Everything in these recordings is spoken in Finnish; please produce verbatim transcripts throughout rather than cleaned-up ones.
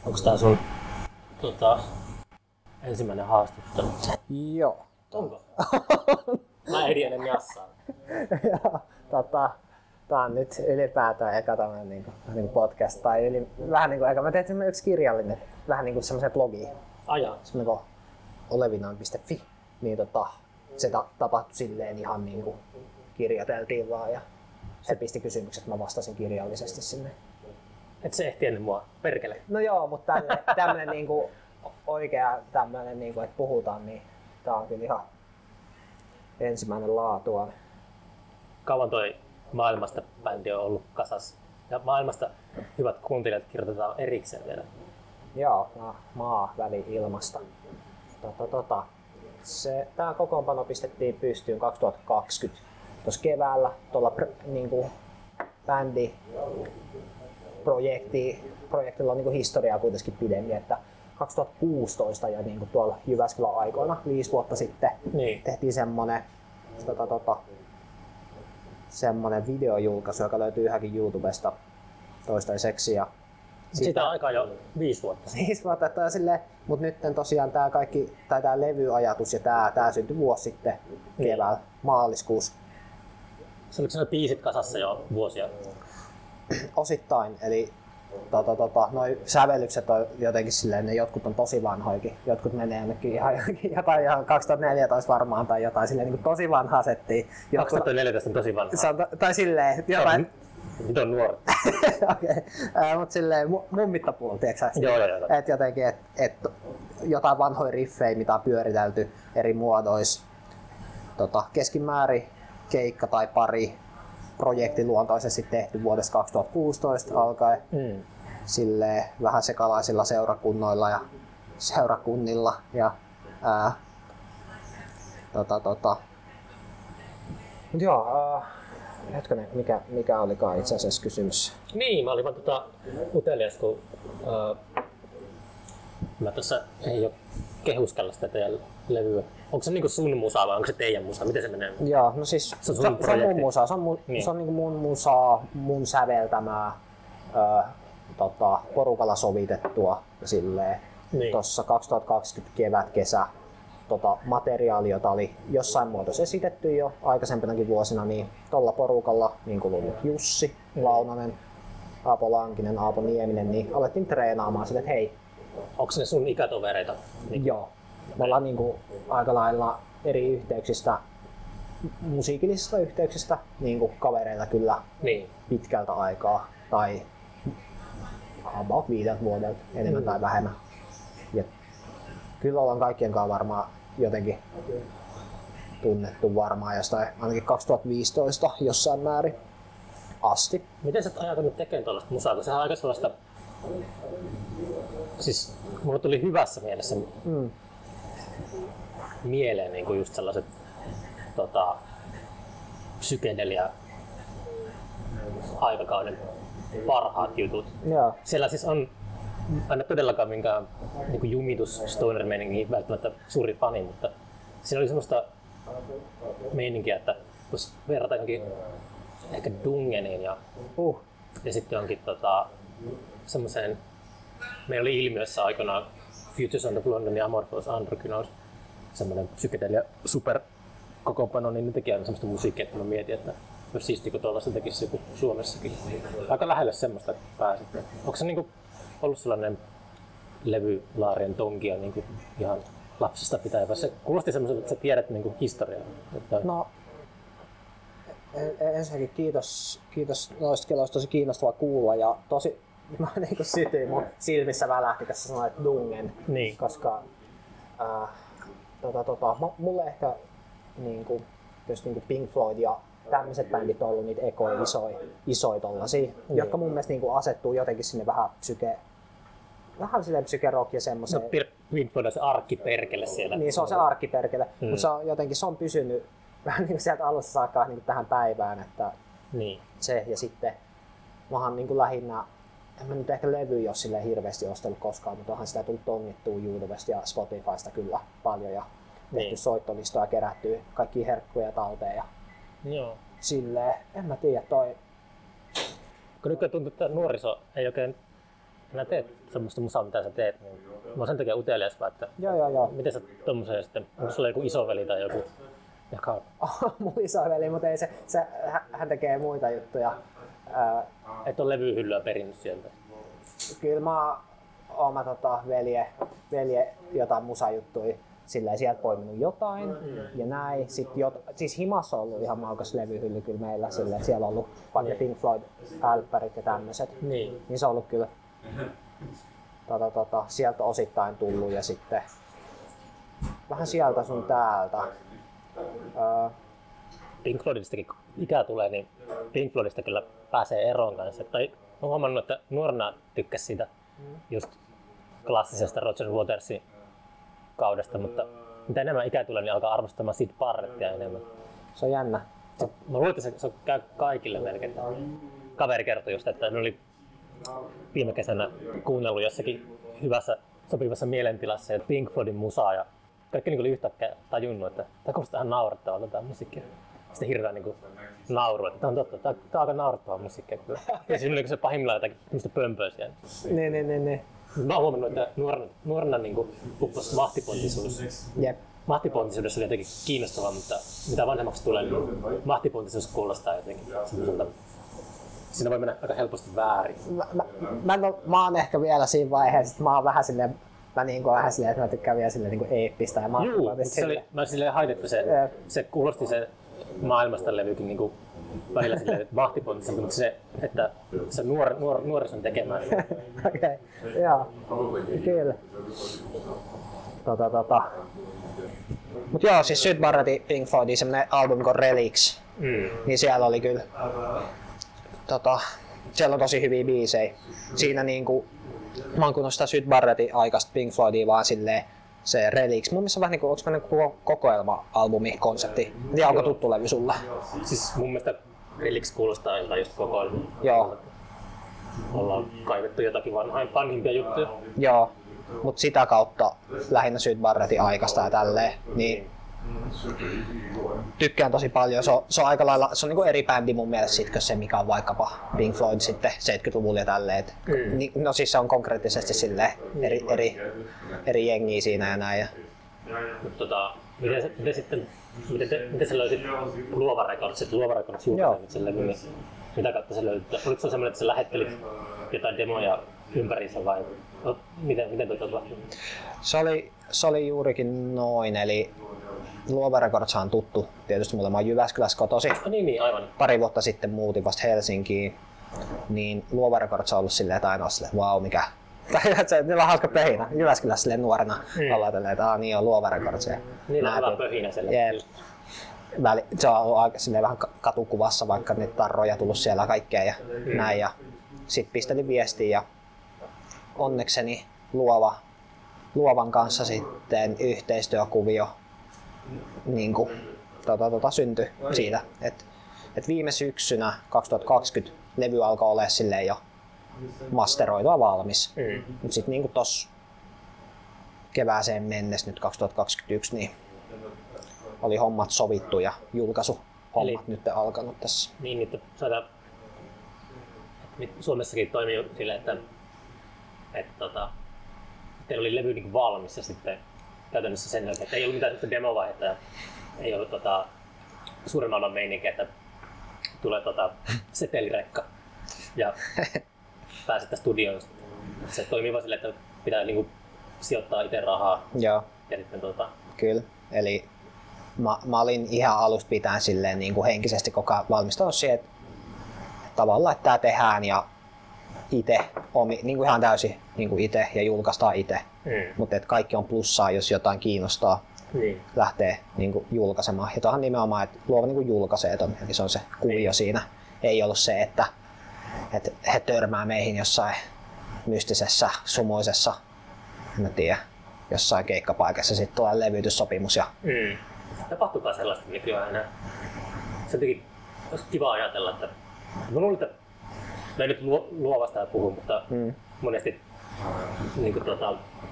Onko tää sun tota, ensimmäinen haastattelu? Joo. Onko? Mä ehdin ennen jassaa. Joo, tota, tää on nyt ylipäätään eka tämmönen niinku, niinku podcast tai yli, vähän niinku eka. Mä tein semmonen yksi kirjallinen, vähän niinku semmosen blogi. Ajaa. Semmonen kuin olevinaan piste fi. Niin tota, se ta- tapahtui silleen ihan niinku kirjoiteltiin vaan ja se pisti kysymykset, mä vastasin kirjallisesti sinne. Et se ehti ennen mua, perkele. No joo, mutta tämmönen, tämmönen niinku oikea tämmönen niinku, että puhutaan, niin tää on kyllä ihan ensimmäinen laatuaan. Kauan toi Maailmasta bändi on ollut kasas. Ja Maailmasta hyvät kuuntelijat kirjoitetaan erikseen vielä. Joo, no, maa väli ilmasta. Tota, tota. Se, tää kokoonpano pistettiin pystyyn kaksituhattakaksikymmentä tuossa keväällä tuolla niinku, bändi projekti, projektilla on niinku historiaa kuitenkin pidemmin, että kaksituhattakuusitoista ja niinku tuolla Jyväskylän aikoina, viisi vuotta sitten, niin. tehtiin semmonen, tota, tota, semmonen videojulkaisu, joka löytyy yhäkin YouTubesta toistaiseksi. Ja sitä, sitä aikaa jo viisi vuotta. Viisi vuotta, että silleen, mut nyt tosiaan tää kaikki, tai tää levyajatus ja tää, tää syntyi vuosi sitten keväällä, niin. maaliskuussa. Se oliko ne biisit kasassa jo vuosia? Osittain, eli tota, tota, noi sävellykset on jotenkin silleen, ne jotkut on tosi vanhoikin, jotkut menee jonnekin ihan, jotain ihan kaksituhattaneljätoista varmaan tai jotain silleen niin tosi vanhaa settiä. kaksituhattaneljätoista on tosi vanhaa. Tai silleen jotain. Nyt on nuori. Okei, okay. Mutta silleen mun mittapuolella, tiedätkö sä? Joo, joo, joo. Et jotenkin, et, et jotain vanhoja riffejä, mitä on pyöritelty eri muodoissa. Tota, keskimäärin keikka tai pari projektiluontoisesti tehty vuodesta kaksituhattakuusitoista alkaen. Mm. Silleen vähän sekalaisilla seurakunnoilla ja seurakunnilla. Ja, ää, tota, tota. Mut joo, äh, hetkinen, mikä, mikä olikaan itse asiassa kysymys? Niin, mä olin vaan tota utelias, kun äh, mä tässä ei oo kehuskella sitä teidän levyä. Onko se niinku sun musaa vai onko se teidän musaa? Miten se menee? Joo, no siis se, se, se on mun musaa. Se on, mun, niin. se on niinku mun musaa, mun säveltämää, ö, tota, porukalla sovitettua silleen. Niin. Tossa kaksituhattakaksikymmentä kevät, kesä tota, materiaali, jota oli jossain muodossa esitetty jo aikaisempinakin vuosina, niin tolla porukalla, niin kuin ollut Jussi mm. Launanen, Aapo Lankinen, Aapo Nieminen, niin alettiin treenaamaan sille, että hei. Onko ne sun ikätovereita? Niin. Joo. Me ollaan niinku aika lailla eri yhteyksistä, musiikillisista yhteyksistä, niinku kavereita kyllä niin. pitkältä aikaa tai about viideltä vuodelta enemmän mm. tai vähemmän. Ja kyllä ollaan kaikkien kanssa varmaan jotenkin tunnettu varmaan jostain ainakin kaksituhattaviisitoista jossain määrin asti. Miten sä oot ajatellut tekemään tuollaista musaa, kun sehän on aika sellaista, siis mulla tuli hyvässä mielessä mm. mieleen niin kuin just sellaiset tota, psykedelia aikakauden parhaat jutut. Joo. Siellä siis on aina todellakaan minkään niin kuin jumitus stoner-meininkiä välttämättä suuri fani, mutta siinä oli semmoista meininkiä, että jos verrataan johonkin ehkä Dungeniin ja, uh. ja sitten onkin tota, semmoiseen, meillä oli ilmiössä aikanaan Futures on the London ja Amorphous Androgynous, semmoinen psykedelia super kokoonpano, niin ne teki aina semmoista musiikkia, että mä mietin, että jos siistiä, kun tuollaista tekisi joku Suomessakin. Aika lähelle semmoista pääsit. Onko se niinku ollut sellainen levylaarien tonkia niinku ihan lapsesta pitäen? Se kuulosti semmoiselta, että sä tiedät niinku historiaa. Että... No, ensinnäkin kiitos, kiitos noista keloista, tosi kiinnostava kuulla ja tosi mä niinku sytyin mun silmissä välähti, kun sä sanoit Dungen, niin. koska äh, tota, tota, mulle ehkä niinku, just niinku Pink Floyd ja tämmöiset bändit on ollut niitä ekoja isoja, isoja tollasia, mm. jotka mun mielestä niinku asettuu jotenkin sinne vähän psyke, vähän silleen psykerock ja semmoiseen. No Pink Floyd on se arkkiperkele siellä. Niin se on se arkkiperkele, mm. mutta se on jotenkin se on pysynyt vähän niinku sieltä alusta saakka niinku tähän päivään, että niin. se ja sitten mä oon niinku lähinnä, en mä nyt ehkä levyjä ole silleen hirveästi ostellut koskaan, mutta onhan sitä tullut tongittua YouTubesta ja Spotifysta kyllä paljon ja tehty niin. soittolistoja, kerättyä kaikkia herkkuja talteen ja joo. silleen, en mä tiedä toi. Kun nyt tuntuu, että nuoriso ei oikein Nää teet semmoista musaa, mitä sä teet, niin mä oon sen takia utelias vaan, että joo, joo, joo. miten sä tommoseen sitten, onko sulla joku isoveli tai joku, joka... Oh, mun isoveli, mutta ei se, se, hän tekee muita juttuja. Ää, et ole levyhyllyä perinnyt sieltä? Kyllä mä oon mä tota, velje, velje jotain musajuttuja silleen sieltä poiminut jotain mm. ja näin. Sitten jot, siis himassa on ollut ihan maukas levyhylly kyllä meillä silleen, siellä on ollut vaikka Pink Floyd, älppärit ja tämmöset. Niin. Niin se on ollut kyllä tota, tota, sieltä osittain tullut ja sitten vähän sieltä sun täältä. Öö, Pink Floydistakin kun ikää tulee, niin Pink Floydista kyllä pääsee eroon kanssa. Tai olen huomannut, että nuorena tykkäsi siitä just klassisesta Roger Watersin kaudesta, mutta mitä enemmän ikää tulee, niin alkaa arvostamaan Syd Barrettia enemmän. Se on jännä. Se, mä luulen, että se, se käy kaikille melkein. Kaveri kertoi just, että ne oli viime kesänä kuunnellut jossakin hyvässä, sopivassa mielentilassa ja Pink Floydin musaa ja kaikki niin oli yhtäkkiä tajunnut, että tämä kuulostaa ihan naurettavalta tämä musiikkia. Sitten hirveän niin nauru, että tämä on totta, tämä on aika naurettavaa musiikkia. Ja siinä oli se pahimmillaan jotakin mistä pömpöä siellä. Niin, niin, niin, niin. Mä oon huomannut, että nuorena, nuorena niin upposi mahtipontisuus. Jep. Mahtipontisuudessa oli jotenkin kiinnostavaa, mutta mitä vanhemmaksi tulee, niin mahtipontisuus kuulostaa jotenkin semmoiselta. Siinä voi mennä aika helposti väärin. Mä, mä, mä, en ole, mä oon ehkä vielä siinä vaiheessa, että mä oon vähän silleen, mä niin kuin vähän silleen, että mä tykkään vielä silleen niin kuin eeppistä ja mahtipontisuudesta. Juu, se oli, mä silleen haitettu se, se kuulosti se maailmasta levykin niin kuin välillä silleen mahtipontisuus, mutta se, että se nuor, nuor, nuorison tekemään. Okei, okay. Joo, kyllä. Tota, tota. Mut joo, siis Syd Barrettin Pink Floydin semmonen albumi kuin Relics, mm. niin siellä oli kyllä, tota, siellä on tosi hyviä biisejä. Siinä niinku, mä oon kuunnellut sitä Syd Barrettin aikaista Pink Floydia vaan silleen, se Relics. Mun mielestä on vähän niinku, onks mä niinku kokoelma-albumi, konsepti? En tiedä, onko tuttu levy sulle? Siis mun mielestä Relics kuulostaa jotain just kokoelma. Joo. Ollaan kaivettu jotakin vanhain, vanhimpia juttuja. Joo. Mut sitä kautta lähinnä Syd Barrettin aikaista ja tälleen, niin tykkään tosi paljon. Se on, se on aika lailla, se on niinku eri bändi mun mielestä sitkö se mikä on vaikkapa Pink Floyd sitten seitsemänkymmentäluvulla ja tälleen. Mm. No siis se on konkreettisesti silleen eri, eri, eri jengiä siinä ja näin. Ja. Mut tota, miten, se, miten sitten, miten, te, miten sä löysit Luova Records, Luova Records julkaisit sen levyn, mitä kautta sä löysit? Oliko se semmoinen, että sä lähettelit jotain demoja ympäriinsä vai miten, miten toi tapahtui? Se oli, se oli juurikin noin, eli Luova Records on tuttu tietysti mulle, mä oon Jyväskylässä kotosi. Oh, niin, niin, aivan. Pari vuotta sitten muutin vasta Helsinkiin, niin Luova Records on ollut silleen, että aina on silleen, että vau, mikä. Se on hauska pöhinä. Jyväskylässä silleen nuorena mm. ollaan tälleen, että aah, niin on Luova Records. Niin on hyvä pöhinä siellä. Yeah. Väli, se on ollut aika silleen vähän katukuvassa, vaikka niitä tarroja tullut siellä kaikkea ja mm. näin. Ja sit pistelin viestiä ja onnekseni Luova, Luovan kanssa sitten yhteistyökuvio niin kuin, tota, tota, syntyi mm. siitä, että et viime syksynä kaksituhattakaksikymmentä levy alkoi olla silleen jo masteroitua valmis. Mm. Mut sit niinku tossa kevääseen mennessä nyt kaksituhattakaksikymmentäyksi niin oli hommat sovittu ja julkaisu hommat Eli, nyt alkanut tässä. Niin, että saadaan Suomessakin toimii silleen, että, että tota, teillä oli levy niin valmis ja sitten käytännössä sen jälkeen, että ei ollut mitään demovaihetta ja ei ollut tota, suuren maailman meininkiä, että tulee tota, setelirekka ja pääsette studioon. Se toimii vaan silleen, että pitää niinku sijoittaa itse rahaa. Joo. Ja sitten, tota... Kyllä, eli mä, mä olin ihan alusta pitäen silleen niin kuin henkisesti koko ajan valmistunut siihen, että tavallaan, että tää tehdään ja itse, niin kuin ihan täysin niin kuin itse ja julkaistaan itse. Mm. Mutta kaikki on plussaa, jos jotain kiinnostaa. Niin. Lähtee niin kuin julkaisemaan. Ja tuohan nimenomaan, että Luova niin kuin julkaisee ton, eli se on se kuvio niin. Siinä. Ei ollut se, että, että he törmää meihin jossain mystisessä, sumuisessa, en tiedä, jossain keikkapaikassa, sitten tulee levytyssopimus. Ja... Mm. Tapahtuukaan sellaista nykyään enää. Se jotenkin olisi kiva ajatella, että mä luulen, että mä en nyt Luovasta puhu, mutta mm. monesti niin kuin, tuota,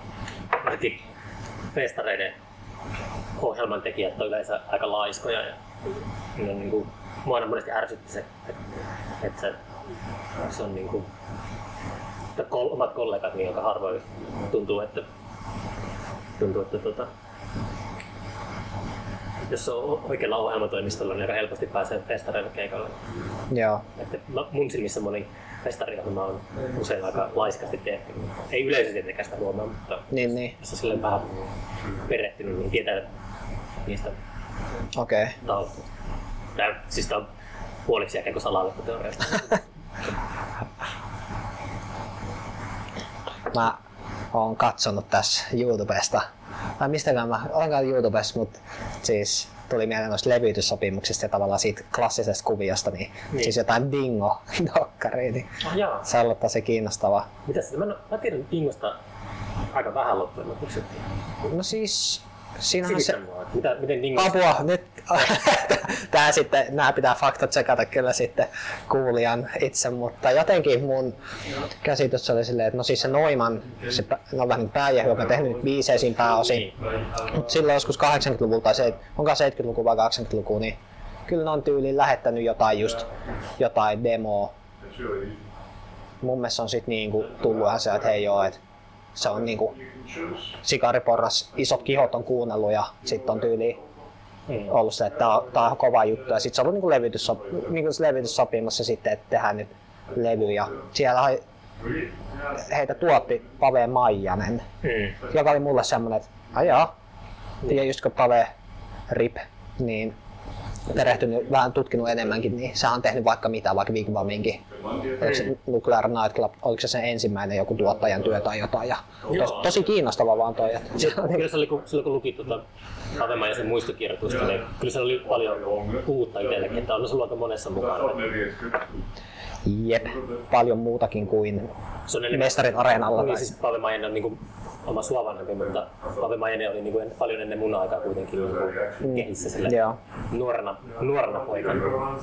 festareiden ohjelmantekijät on yleensä aika laiskoja ja ne on, niin kuin, mua aina monesti ärsytti se, että, että se, se on niin kuin, kol, omat kollegat, niin aika harvoin tuntuu, että, tuntuu, että tota, jos on oikealla ohjelmatoimistolla, niin aika helposti pääsee festareille keikalle. Joo. Että mun silmissä moni festariohjelma on usein aika laiskasti tehty. Ei yleisesti tietenkään sitä huomaa, mutta niin, niin. jos on silleen vähän perehtynyt, niin tietää niistä okay. taustasta. Tää siis tää on puoliksi ehkä kuin salaliittoteoriasta. Mä oon katsonut tässä YouTubesta, tai mistäkään mä olenkaan YouTubessa, mutta siis tuli mieleen noista levytyssopimuksista ja tavallaan siitä klassisesta kuviosta, niin, niin. siis jotain Dingo-dokkaria, niin oh, se on ollut tosi kiinnostavaa. Mitäs? Mä, mä tiedän Dingosta aika vähän loppujen lopuksi. No siis siinähän se... Mua, mitä, miten Dingo... Apua, nyt... Tää sitten, nää pitää faktat tsekata kyllä sitten kuulijan itse, mutta jotenkin mun käsitys oli silleen, että no siis se Noiman, se no vähän pääjähy, joka on tehnyt biisejä siinä pääosin, mutta silloin joskus kahdeksankymmentäluvulla tai se, onkaan seitsemänkymmentälukua vai kahdeksankymmentälukua, niin kyllä ne on tyyliin lähettänyt jotain just, jotain demoa. Mun mielestä on sit niinku tullut ihan se, että hei joo, että se on niinku Sikariporras, isot kihot on kuunnellut ja sit on tyyliin mm. ollut se, että tää on, tää on kova juttu ja sit se on ollut niinku levytyssop, niinku levytyssopimus ja sitten, että tehdään nyt levy ja siellä heitä tuotti Pave Maijanen, mm. joka oli mulle semmonen, että ajaa, ja just kun Pave Rip, niin perehtynyt, vähän tutkinut enemmänkin, niin sehän on tehnyt vaikka mitä, vaikka Wigwaminkin. Oliko se Nuclear Nightclub, oliko se sen ensimmäinen joku tuottajan työ tai jotain. Ja tos, tosi kiinnostava vaan toi. Että kyllä se oli, kun, silloin kun luki tuota Aveman ja sen muistokirjoitusta, niin kyllä se oli paljon uutta itsellekin, että on se ollut aika monessa mukana. Jep, paljon muutakin kuin Mestarit Areenalla. Niin, siis Pave Maijanen on niin oma suovanempi, mutta Pave Maijanen oli niin paljon ennen mun aikaa kuitenkin niin kehissä sille mm. nuorena, nuorena poikana.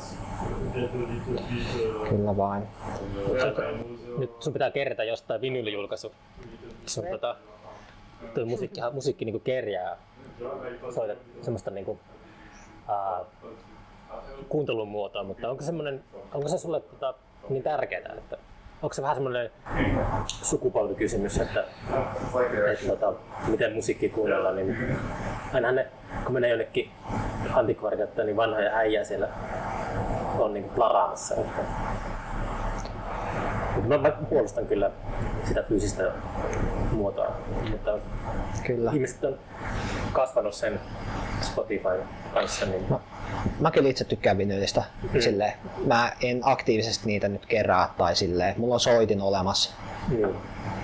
Kyllä vain. Nyt sun pitää kerätä jostain vinyylijulkaisu. Sun tota, tuo musiikki, musiikki niin kerjää. Soitat semmoista niin kuin, uh, kuuntelun muotoa, mutta onko, onko se sulle tota, niin tärkeää, että onko se vähän semmoinen sukupolvikysymys, että, että tota, miten musiikki kuunnellaan, niin ainahan ne, kun menee jonnekin antikvarikatta, niin vanhoja äijää siellä on niin plaraamassa. Että, mä, mä puolustan kyllä sitä fyysistä muotoa, mutta kyllä. Ihmiset on kasvanut sen Spotifyn kanssa. Niin... No, mä kyllä itse tykkään vinyylistä. Mm. Silleen, mä en aktiivisesti niitä nyt kerää tai silleen, mulla on soitin olemassa. Mm.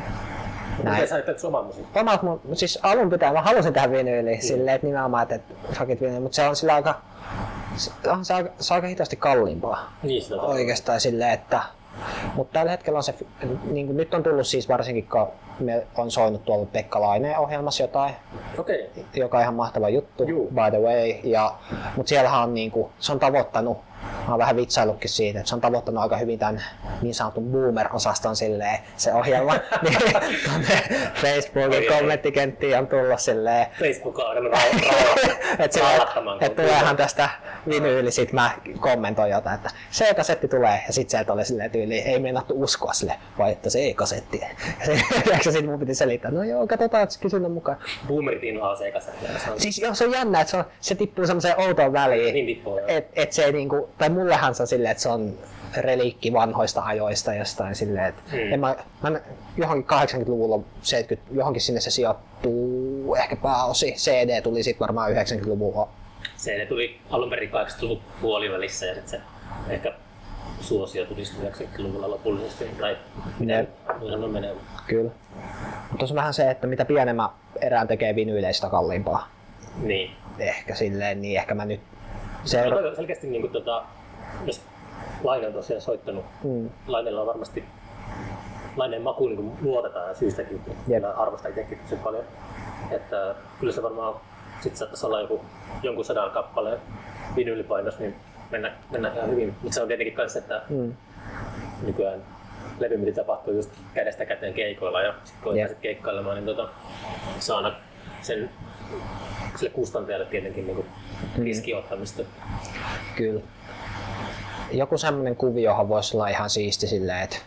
Miten sä ajattelet oman musiikkia? Omat, siis alun pitää, mä halusin tähän vinyyliin mm. silleen, että nimenomaan, että fuck it vinyli, mutta se on sillä aika, se on, se aika, se on aika hitaasti kalliimpaa. Niin, sitä oikeastaan silleen, että mutta tällä hetkellä on se, niin kuin nyt on tullut siis varsinkin, kun me on soinut tuolla Pekka Laineen ohjelmassa jotain, okay. joka on ihan mahtava juttu, Juu. by the way. Ja, mutta siellähän on, niin kuin, se on tavoittanut, mä oon vähän vitsaillutkin siitä, että se on tavoittanut aika hyvin tämän niin sanotun boomer-osaston silleen, se ohjelma. Niin tuonne Facebookin kommenttikenttiin on tullut silleen. Facebook on alkanut raalattamaan. Että tuleehan tästä vinyyli, sit mä kommentoin jotain, että se kasetti tulee ja sit sieltä oli silleen tyyliin, ei meinattu uskoa sille, vai että se ei kasetti. Ja sit mun piti selittää, no joo, katsotaan kysynnän mukaan. Boomerit inhoaa se kasetti. Siis joo, se on jännä, että se, on, se tippuu semmoseen outoon väliin. Niin tippuu, että et se niinku, tai mullehan se on silleen, että se on reliikki vanhoista ajoista jostain silleen, että hmm. en mä, mä johonkin kahdeksankymmentäluvulla, seitsemänkymmentä, johonkin sinne se sijoittuu ehkä pääosin. C D tuli sit varmaan yhdeksänkymmentäluvulla. C D tuli alun perin kahdeksankymmentäluvun puolivälissä ja sit se ehkä suosio tuli yhdeksänkymmentäluvulla lopullisesti, tai miten on menee. Kyllä. Mutta on vähän se, että mitä pienemmän erään tekee vinyyleistä kalliimpaa. Niin. Ehkä silleen, niin ehkä mä nyt... Se on selkeästi niinku tota, jos Laine on tosiaan soittanut, mm. Laineella on varmasti Laineen makuun niin luotetaan ja syystäkin, yep. Arvostaa itsekin tosi paljon. Että kyllä se varmaan sit saattaisi olla joku, jonkun sadan kappaleen vinyylipainos, niin mennään, mennään ihan hyvin. Mutta se on tietenkin myös, että mm. nykyään levymyynti tapahtuu just kädestä käteen keikoilla ja sit kun yep. keikkailemaan, niin tota, saada sen sille kustantajalle tietenkin niin riskiottamista. Kyllä. Joku semmoinen kuviohan voisi olla ihan siisti silleen, että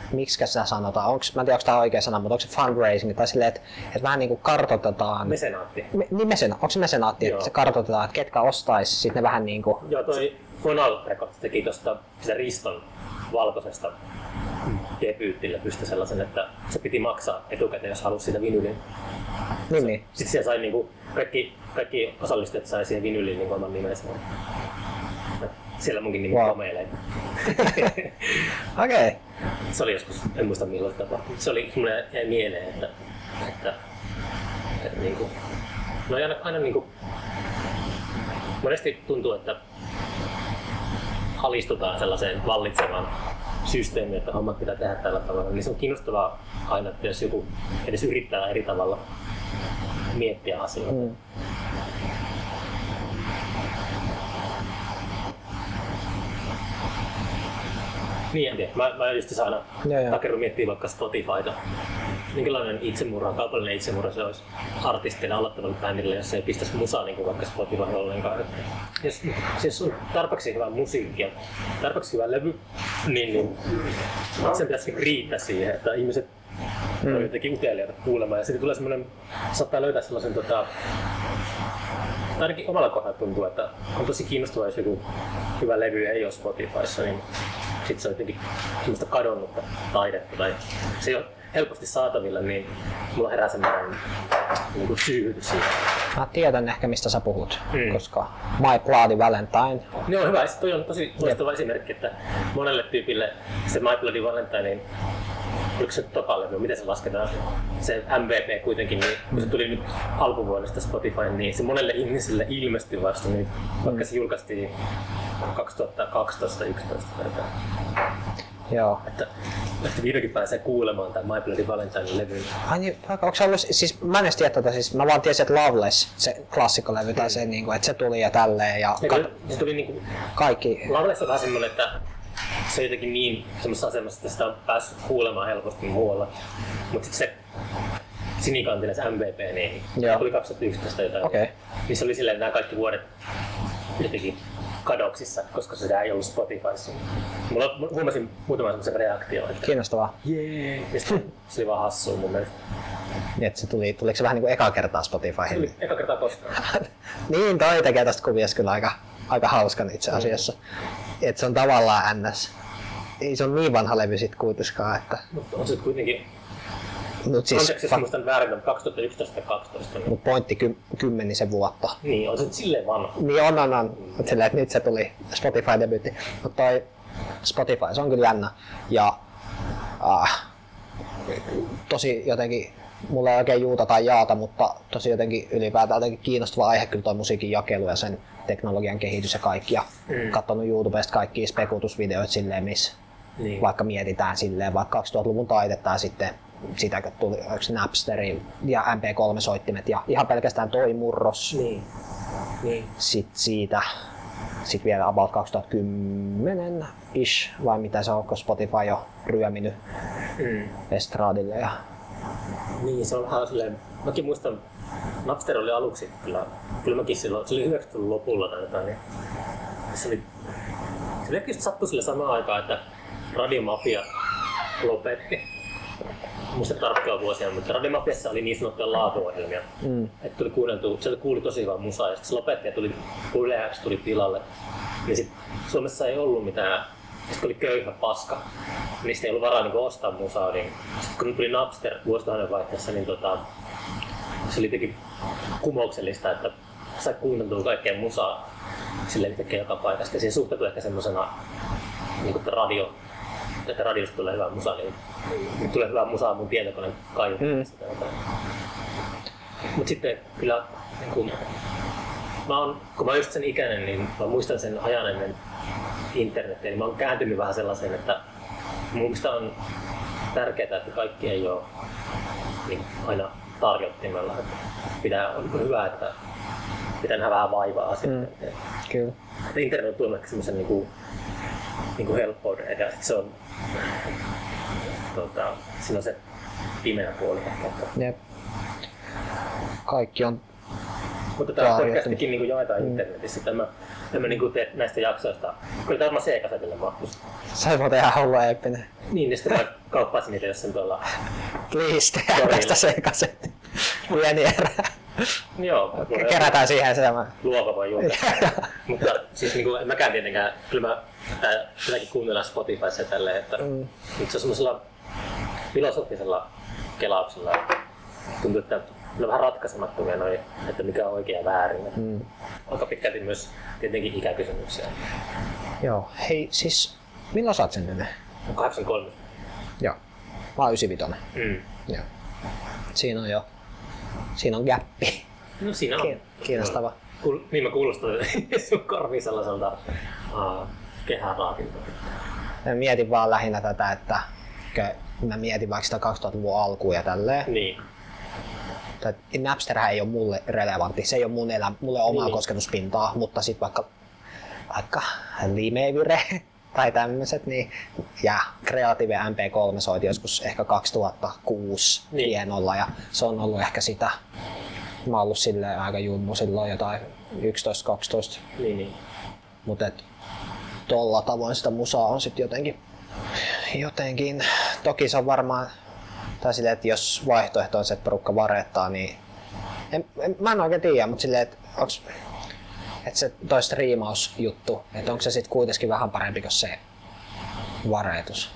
miksikä sitä sanotaan, onks, mä en tiedä onko tämä oikea sana, mutta onko se fundraising tai silleen, että et vähän niinku kartoitetaan. Mesenaatti. Me, niin mesena, onko se mesenaatti, että se kartoitetaan, että ketkä ostais, sitten ne vähän niinku. Joo, toi Phonoll Records teki tosta sitä Riston valkoisesta debyytillä pysty sellaisen, että se piti maksaa etukäteen, jos halusi siitä vinylin. Niin, niin. Sitten siellä sai niinku, kaikki, kaikki osallistujat sai siihen vinyliin niinku oman nimensä. Siellä munkin nimi wow. Komeilee. Okei. Okay. Se oli joskus, en muista milloin se tapahtui. Se oli, mulle jäi mieleen, että, että, että niinku, no aina, aina niinku, monesti tuntuu, että alistutaan sellaiseen vallitsevaan systeemiin, että hommat pitää tehdä tällä tavalla, niin se on kiinnostavaa aina, että jos joku edes yrittää eri tavalla miettiä asioita. Mm. Niin, en tiedä. Mä, mä just aina takerun miettiä vaikka Spotifyta. Minkälainen itsemurha, kaupallinen itsemurha se olisi artistille aloittavalle bändille, jos se ei pistäisi musaa niin kuin vaikka Spotify ollenkaan. Jos, jos on tarpeeksi hyvää musiikkia, tarpeeksi hyvä levy, niin, niin sen pitäisi riittää siihen, että ihmiset mm. on jotenkin uteliaita kuulemaan. Ja sitten tulee semmoinen, saattaa löytää sellaisen, tota, tai ainakin omalla kohdalla tuntuu, että on tosi kiinnostavaa, jos joku hyvä levy ei ole Spotifyssa, niin sitten se on jotenkin semmoista kadonnutta taidetta tai se ei ole helposti saatavilla, niin mulla herää semmoinen niin syyhytys siihen. Mä tiedän ehkä mistä sä puhut, mm. koska My Bloody Valentine. Joo, no, hyvä. Toi on tosi loistava esimerkki, että monelle tyypille se My Bloody Valentine, niin oliko se tokalevy, miten se lasketaan? Se M V P kuitenkin, niin kun se tuli nyt alkuvuodesta Spotify, niin se monelle ihmiselle ilmestyi vasta, niin vaikka mm. se julkaistiin kaksituhattakaksitoista yksitoista vertaan. Joo. Että, että vihdoinkin pääsee kuulemaan tämän My Bloody Valentine-levyn. Ai niin, onko se ollut, siis mä en edes tiedä tätä, siis mä vaan tiesin, että Loveless, se klassikkolevy, mm. tai se, niin kuin, että se tuli ja tälleen. Ja ja kat... se tuli niin kuin... kaikki. Loveless on vähän semmoinen, että se on jotenkin niin semmoisessa asemassa, että sitä on päässyt kuulemaan helposti muualla. Mutta sitten se sinikantinen, se M V P, niin se tuli kaksituhattayksitoista jotain. Okay. Niin se oli silleen, että nämä kaikki vuodet jotenkin kadoksissa, koska sitä ei ollut Spotifyssa. Mulla huomasin muutaman semmoisen reaktion, että kiinnostavaa. Jee! Ja se oli vaan hassua mun mielestä. Niin, se tuli, tuliko se vähän niin kuin eka kertaa Spotifyhin? Se tuli eka kertaa koskaan. Niin, toi tekee tästä kuviosta kyllä aika, aika hauskan itse asiassa. Mm. Että se on tavallaan ns. Ei se on niin vanha levy sit kuitenkaan, että... Mutta on se kuitenkin... Mut siis, anteeksi, jos muistan väärin, mutta kaksituhattayksitoista kaksitoista. Mut pointti ky- kymmenisen vuotta. Niin, on se silleen vanha. Niin on, on, on. Mm. Mut silleen, että nyt se tuli Spotify-debyytti. Mut toi Spotify, se on kyllä jännä. Ja äh, tosi jotenkin, mulla ei oikein juuta tai jaata, mutta tosi jotenkin ylipäätään jotenkin kiinnostava aihe kyllä toi musiikin jakelu ja sen teknologian kehitys ja kaikki. Ja mm. katsonut YouTubesta kaikkia spekutusvideoita silleen, missä niin. vaikka mietitään silleen, vaikka kaksituhattaluvun taidetta ja sitten sitä, kun tuli Napsteri ja M P kolme soittimet ja ihan pelkästään toi murros. Niin. Niin. Sitten siitä, sit vielä about kaksituhattakymmenen ish, vai mitä se on, kun Spotify jo ryöminyt mm. estradille. Ja... Niin, se on vähän silleen, mäkin muistan, Napster oli aluksi kyllä, kyllä mäkin silloin, se oli yhdeksänkymmentäluvun lopulla tai jotain, niin se oli, se oli just sattui sille samaan aikaan, että Radio Mafia lopetti. Muista tarkkaa vuosia, mutta Radio Mafiassa oli niin sanottuja laatuohjelmia, mm. että tuli kuunneltu, sieltä kuuli tosi hyvää musaa ja sitten se lopetti ja tuli Yle X tuli tilalle. Niin sit Suomessa ei ollut mitään, sitten oli köyhä paska, niistä ei ollut varaa niin ostaa musaa. Niin sitten kun tuli Napster vuosituhannen vaihteessa, niin tota, se oli jotenkin kumouksellista, että sai kuunneltua kaikkea musaa silleen yhtäkkiä joka paikasta. Ja siihen suhtautui ehkä semmosena, niin että radio, että radiosta tulee hyvää musaa, niin nyt tulee hyvää musaa mun tietokoneen kaiuttamista. Mm. Mut sitten kyllä, niin kun, mä oon, kun mä oon just sen ikäinen, niin mä muistan sen ajan ennen internetiä, niin mä oon kääntynyt vähän sellaiseen, että mun mielestä on tärkeää, että kaikki ei ole niin aina tarjottimella. Että pitää, on hyvä, että pitää nähdä vähän vaivaa sitten. Mm. Kyllä. Internet on tuonut ehkä semmoisen niin kuin, niin kuin helppouden ja sit se on, tota, siinä on se pimeä puoli. Jep. Kaikki on Mutta tämä podcastikin niin jaetaan mm. internetissä. Tämä, tämä niin teet näistä jaksoista. Kyllä tämä varmaan C-kasetille mahtuisi. Se on muuten ihan hullu eeppinen. Niin, niin sitten mä kauppasin niitä jossain tuolla... Please, tehdään tästä C-kasetti. Pieni erä. Joo. Kerätään siihen se. Luova voi julkaista. Mutta siis niin kuin, en mäkään tietenkään, kyllä mä tätäkin kuunnellaan Spotifyssa ja tälleen, että mm. nyt se on semmoisella filosofisella kelauksella. Tuntuu, että ne on vähän ratkaisemattomia noi, että mikä on oikea ja väärin. Mm. Aika pitkälti myös tietenkin ikäkysymyksiä. Joo, hei siis milloin sä oot sen nime? kahdeksankymmentäkolme. Joo, mä oon yhdeksänkymmentäviisi. Mm. Joo. Siinä on jo, siinä on gäppi. No siinä on. Kiinnostava. Kuul, niin mä kuulostan sun korviin sellaiselta uh, kehäraakilta. Mä mietin vaan lähinnä tätä, että mä mietin vaikka sitä kaksituhattaluvun alkuun ja tälleen. Niin. Napsterhän ei ole mulle relevantti, se ei ole mun elä, mulle omaa niin. kosketuspintaa, mutta sit vaikka, vaikka Limevire tai tämmöiset, niin, ja Creative M P kolme soiti joskus ehkä kaksituhattakuusi niin. hienolla ja se on ollut ehkä sitä, mä oon ollut silleen aika jummu silloin jotain yksitoista kaksitoista, niin, niin. mutta tolla tavoin sitä musaa on sit jotenkin, jotenkin, toki se on varmaan tai silleen, että jos vaihtoehto on se, että porukka varettaa, niin en, en, mä en oikein tiedä, mutta silleen, että, onks, että se toi striimausjuttu, että onko se sitten kuitenkin vähän parempi kuin se varetus?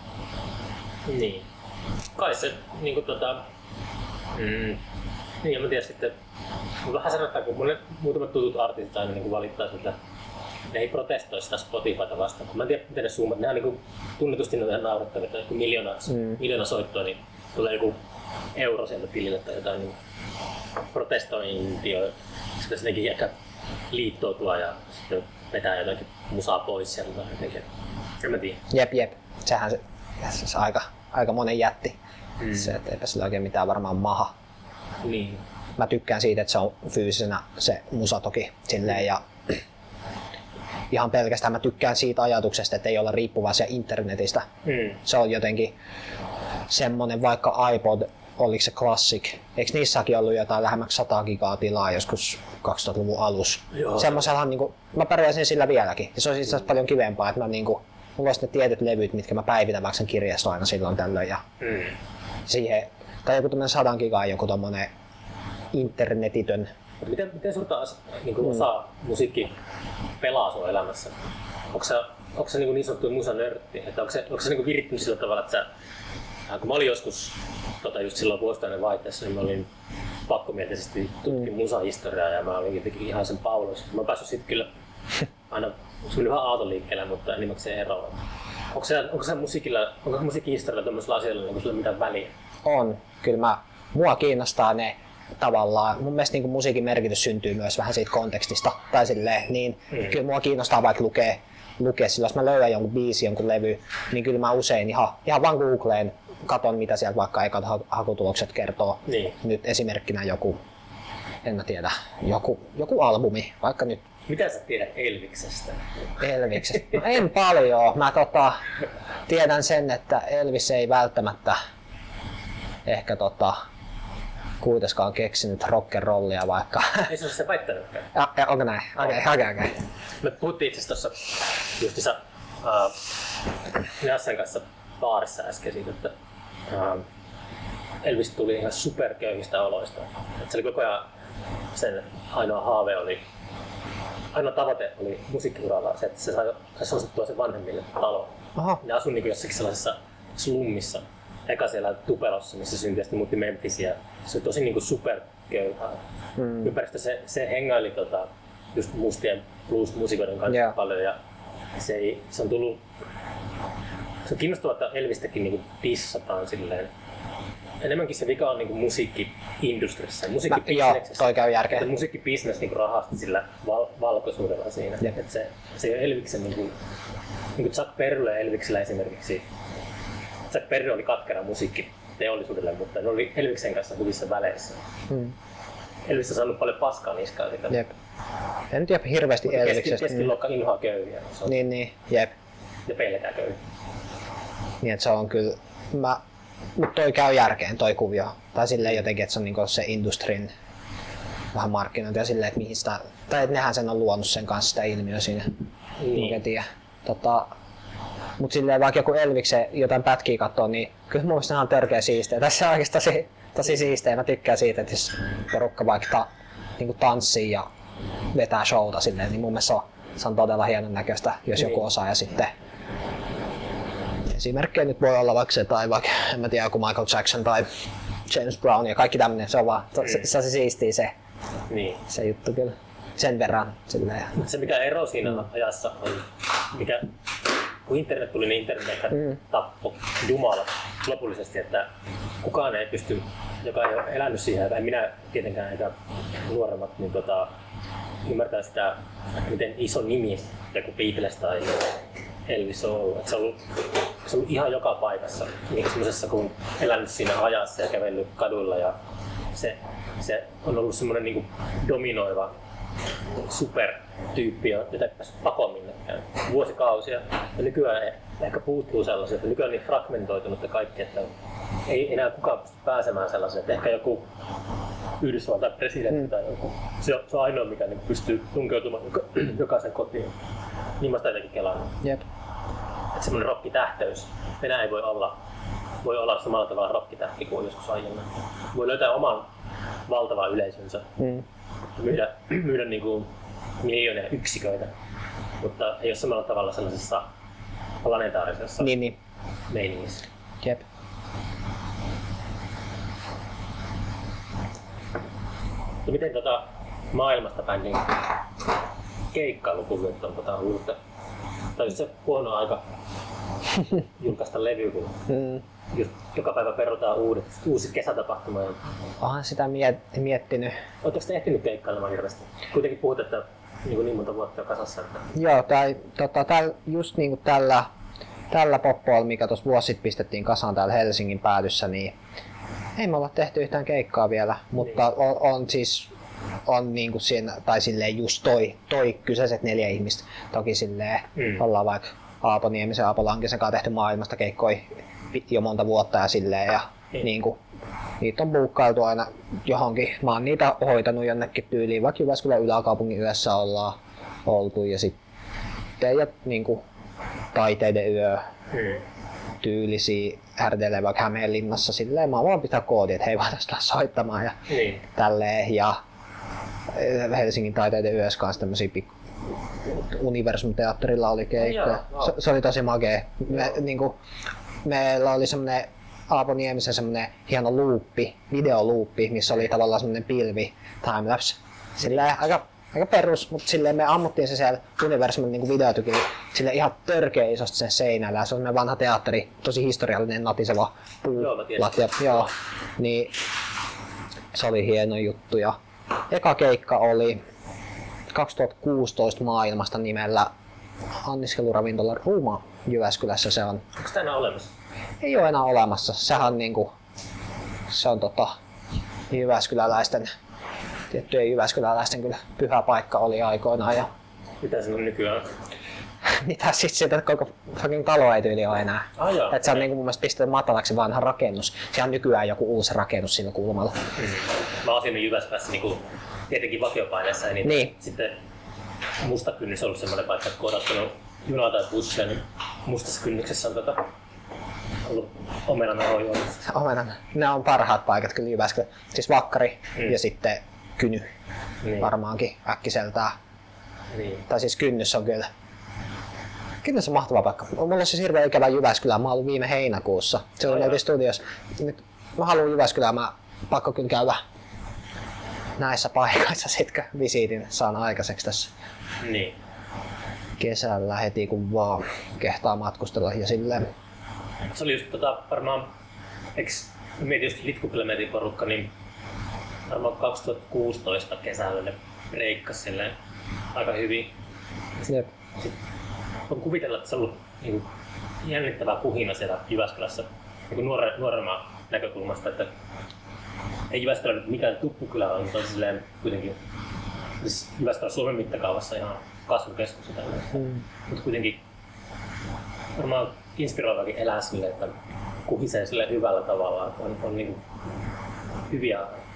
Niin. Kai se niinku tota... Mm, niin, en mä tiedä sitten... Vähän sanotaan, kun mulle muutamat tutut artistit aina niinku valittaa sitä, ne ei protestoi sitä Spotifyta vastaan, kun mä en tiedä miten ne summat, nehän niinku tunnetusti ne on ihan naurettavia, että kun miljoona, mm. miljoona soittoa, niin tulee joku euro sieltä tilille tai jotain niin protestointia, sitten sinnekin ehkä liittoutua ja sitten vetää jotakin musaa pois sieltä tai jotenkin. En mä tiedä. Jep, jep. Sehän se, se aika, aika monen jätti. Mm. Se, että eipä sillä oikein mitään varmaan maha. Niin. Mä tykkään siitä, että se on fyysisenä se musa toki silleen ja ihan pelkästään mä tykkään siitä ajatuksesta, että ei olla riippuvaisia internetistä. Mm. Se on jotenkin semmonen vaikka iPod, oliko se Classic, eikö niissäkin ollut jotain lähemmäksi sata gigaa tilaa joskus kaksituhattaluvun alussa? Semmoisellahan niinku, mä pärjäisin sillä vieläkin. Ja se olisi itse asiassa paljon kivempaa, että mä niinku, mulla olisi ne tietyt levyt, mitkä mä päivitän vaikka sen kirjasto aina silloin tällöin. Ja mm. siihen, tai joku tommonen sata gigaa, joku tommonen internetitön. Miten, miten suurta niin osa mm. musiikki pelaa sun elämässä? Onko se, onko se niin, niin sanottu musanörtti? Että onko se, onko se niin virittynyt sillä tavalla, että sä, kun mä olin joskus tota, just silloin vuositainen vaihteessa, niin mä olin pakkomielisesti tutkin mm. musahistoriaa ja mä olin jotenkin ihan sen Paulus. Mä oon päässyt sit kyllä aina, se meni vähän aatoliikkeellä, mutta enimmäkseen eroon. Onko se, onko se musiikilla, onko musiikkihistorialla tämmöisellä asialla niin sulla mitään väliä? On, kyllä mä, mua kiinnostaa ne tavallaan. Mun mielestä niin musiikin merkitys syntyy myös vähän siitä kontekstista tai silleen, niin mm. kyllä mua kiinnostaa vaikka lukea, lukea sillä, jos mä löydän jonkun biisi, jonkun levy, niin kyllä mä usein ihan, ihan vaan googleen, katon mitä sieltä vaikka ekat hakutulokset kertoo. Niin. Nyt esimerkkinä joku, en mä tiedä, joku, joku albumi, vaikka nyt. Mitä sä tiedät Elviksestä? Elviksestä? No en paljon. Mä tota, tiedän sen, että Elvis ei välttämättä ehkä tota, kuitenkaan keksinyt rock'n'rollia vaikka. Ei se ole se väittänytkään. Ja, ja onko näin? Okei, okay, okei, okay, okei. Okay. Me puhuttiin itse asiassa justissa uh, Jassan kanssa baarissa äsken siitä, että uh, Elvis tuli ihan superköyhistä oloista. Et se oli koko ajan sen ainoa haave oli, ainoa tavoite oli musiikkiuralla se, että se sai, sai ostettua sen vanhemmille talon. Aha. Ne asui niin jossakin sellaisessa slummissa. Eka siellä Tupelossa, missä syntyi, ja muutti Memphisiin. Se oli tosi niin superköyhää. Mm. Ympäristö se, se hengaili tota, just mustien blues-musikoiden kanssa yeah. paljon. Ja se, ei, se on tullut... Se on kiinnostavaa, että Elvistäkin niin dissataan silleen. Enemmänkin se vika on niin musiikki-industriassa ja musiikkibisneksessä. Joo, toi käy järkeä. Musiikkibisnes niin rahasti sillä val- valkoisuudella siinä. Yeah. Et se, se ei ole Elviksen... Niin kuin, niin kuin Chuck Berryllä ja Elviksellä esimerkiksi. Chuck Berry oli katkera musiikkiteollisuudelle, mutta ne oli Elviksen kanssa hyvissä väleissä. Hmm. Elvis on saanut paljon paskaa niskaan sitä. Jep. En tiedä hirveästi Elviksestä. Keskiluokka mm. inhoaa köyhiä. Niin, niin, jep. Ja pelkää köyhiä. Niin, että se on kyllä... Mä... Mut toi käy järkeen, toi kuvio. Tai silleen jotenkin, että se on niinku se industrin vähän markkinointia silleen, että mihin sitä, tai että nehän sen on luonut sen kanssa sitä ilmiöä siinä. Niin. Tota, mut silleen vaikka joku Elviksen jotain pätkiä katsoo, niin kyllä mun mielestä ne on törkeä siistejä. Tässä on oikeesti tosi, tosi siistejä. Mä tykkään siitä, että jos porukka vaikka ta, niin tanssii ja vetää showta silleen, niin mun mielestä se on, se on todella hienon näköistä, jos niin. joku osaa. Ja sitten esimerkkejä nyt voi olla vaikka se tai vaikka, en mä tiedä, joku Michael Jackson tai James Brown ja kaikki tämmönen, se on vaan, mm. se, se siistiä se, niin. se juttu kyllä. Sen verran. Silleen. Se mikä ero siinä mm. ajassa on, mikä, kun internet tuli, niin internet mm. tappoi Jumalat lopullisesti, että kukaan ei pysty, joka ei ole elänyt siihen, tai minä tietenkään eikä nuoremmat, niin tota, ymmärtää sitä, miten iso nimi joku Beatles tai Elvis on ollut. Se on ollut, se on ollut ihan joka paikassa, niin semmoisessa kun elänyt siinä ajassa ja kävellyt kaduilla. Ja se, se on ollut semmoinen niin kuin dominoiva supertyyppi, jota ei päässyt pakoon minnekään vuosikausia. Ja nykyään ehkä puuttuu sellaisia, että nykyään on niin fragmentoitunutta kaikki, että ei enää kukaan pysty pääsemään sellaiseen, että ehkä joku Yhdysvaltain presidentti mm. tai joku. Se on, se on ainoa, mikä niin pystyy tunkeutumaan jokaisen kotiin. Niin mä sitä jotenkin kelannut. Yep. Että semmoinen rokkitähteys. Enää ei voi olla, voi olla samalla tavalla rokkitähti kuin joskus aiemmin. Voi löytää oman valtavan yleisönsä. Mm. Myydä, myydä niin kuin miljoonia yksiköitä, mutta ei ole samalla tavalla sellaisessa planetaarisessa niin, niin. meiningissä. Jep. Ja miten tota maailmasta päin niin keikkailukuviot on tota uutta? Tai just se huono aika julkaista levy, kun mm. just joka päivä perutaan uudet, uusi kesätapahtuma. Oonhan sitä miet- miettinyt. Oletteko te ehtinyt keikkailemaan hirveästi? Kuitenkin puhut, että niin, niin monta vuotta jo kasassa. Että... Joo, tai tota, täl, just niin kuin tällä, tällä poppoilla, mikä tuossa vuosi sitten pistettiin kasaan täällä Helsingin päädyssä, niin ei me olla tehty yhtään keikkaa vielä, mutta niin. on, on siis on niin kuin siinä, tai silleen just toi, toi kyseiset neljä ihmistä. Toki silleen mm. ollaan vaikka Aapo Niemisen ja Aapo Lankisen kanssa tehty maailmasta keikkoja jo monta vuotta ja silleen ja mm. niin kuin, niitä on buukkailtu aina johonkin. Mä oon niitä hoitanut jonnekin tyyliin, vaikka Jyväskylän yläkaupungin yössä ollaan oltu ja sitten ja niin kuin taiteiden yö mm. tyylisiä härteilee vaikka Hämeenlinnassa silleen. Mä vaan pitää koodi, että hei voitaisiin tulla soittamaan ja mm. tälleen. Ja Helsingin taiteiden yössä kanssa tämmösiä pikku Universum-teatterilla oli keikkoja. No, se, se oli tosi magee. Me, niinku, meillä oli semmonen Aapo Niemisen semmonen hieno luuppi, videoluuppi, missä oli tavallaan semmonen pilvi timelapse. Silleen aika, aika perus, mutta silleen me ammuttiin se siellä Universumin niinku videotykin silleen ihan törkeä isosti sen seinällä. Se on semmonen vanha teatteri, tosi historiallinen natiseva puulattia. Joo, niin se oli hieno juttu. Ja eka keikka oli kaksituhattakuusitoista maailmasta nimellä anniskeluravintola Ruma Jyväskylässä. Se on. Onko tämä enää olemassa? Ei ole enää olemassa. Sehän on niinku, se on tota jyväskyläläisten, tiettyjen jyväskyläläisten kyllä pyhä paikka oli aikoinaan. Ja mitä se on nykyään? Mitä sit siitä koko talo ei tyyli ole enää. Ah, joo, et se on niinku mun mielestä pistetty matalaksi vanha rakennus. Se on nykyään joku uusi rakennus siinä kulmalla. Mm. Mä oon siinä Jyväskylässä niinku tietenkin vakiopaineessa ja niin, niin. Sitten musta kynnys on ollut semmoinen paikka, että kun on ottanut junaa tai bussia, niin mustassa kynnyksessä on tota, ollut omenanahoja juomassa. Omenana. Ne on parhaat paikat kyllä Jyväskylä. Siis Vakkari mm. ja sitten Kyny niin. Varmaankin äkkiseltään. Niin. Tai siis Kynnys on kyllä. Kynnys on mahtava paikka. Mulla on siis hirveän ikävä Jyväskylään. Mä oon ollut viime heinäkuussa. Silloin oltiin studiossa. Nyt mä haluan Jyväskylään. Mä pakko kyllä käydä näissä paikoissa, sitkö visiitin saan aikaiseksi tässä niin. kesällä heti kun vaan kehtaa matkustella ja silleen. Se oli just tota varmaan, eiks mietin just Litkuplementin porukka, niin varmaan kaksituhattakuusitoista kesällä ne breikkas silleen aika hyvin. Jep. Sitten voin kuvitella, että se on ollut niin jännittävää kuhina siellä Jyväskylässä niin nuore, nuoremman näkökulmasta, että ei Jyväskylä nyt mikään tuppukylä ole, mutta on silleen kuitenkin siis Jyväskylä Suomen mittakaavassa ihan kasvukeskus ja tällainen. Mm. Mutta kuitenkin varmaan inspiroivakin elää silleen, että kuhisee silleen hyvällä tavalla, että on, on niin hyviä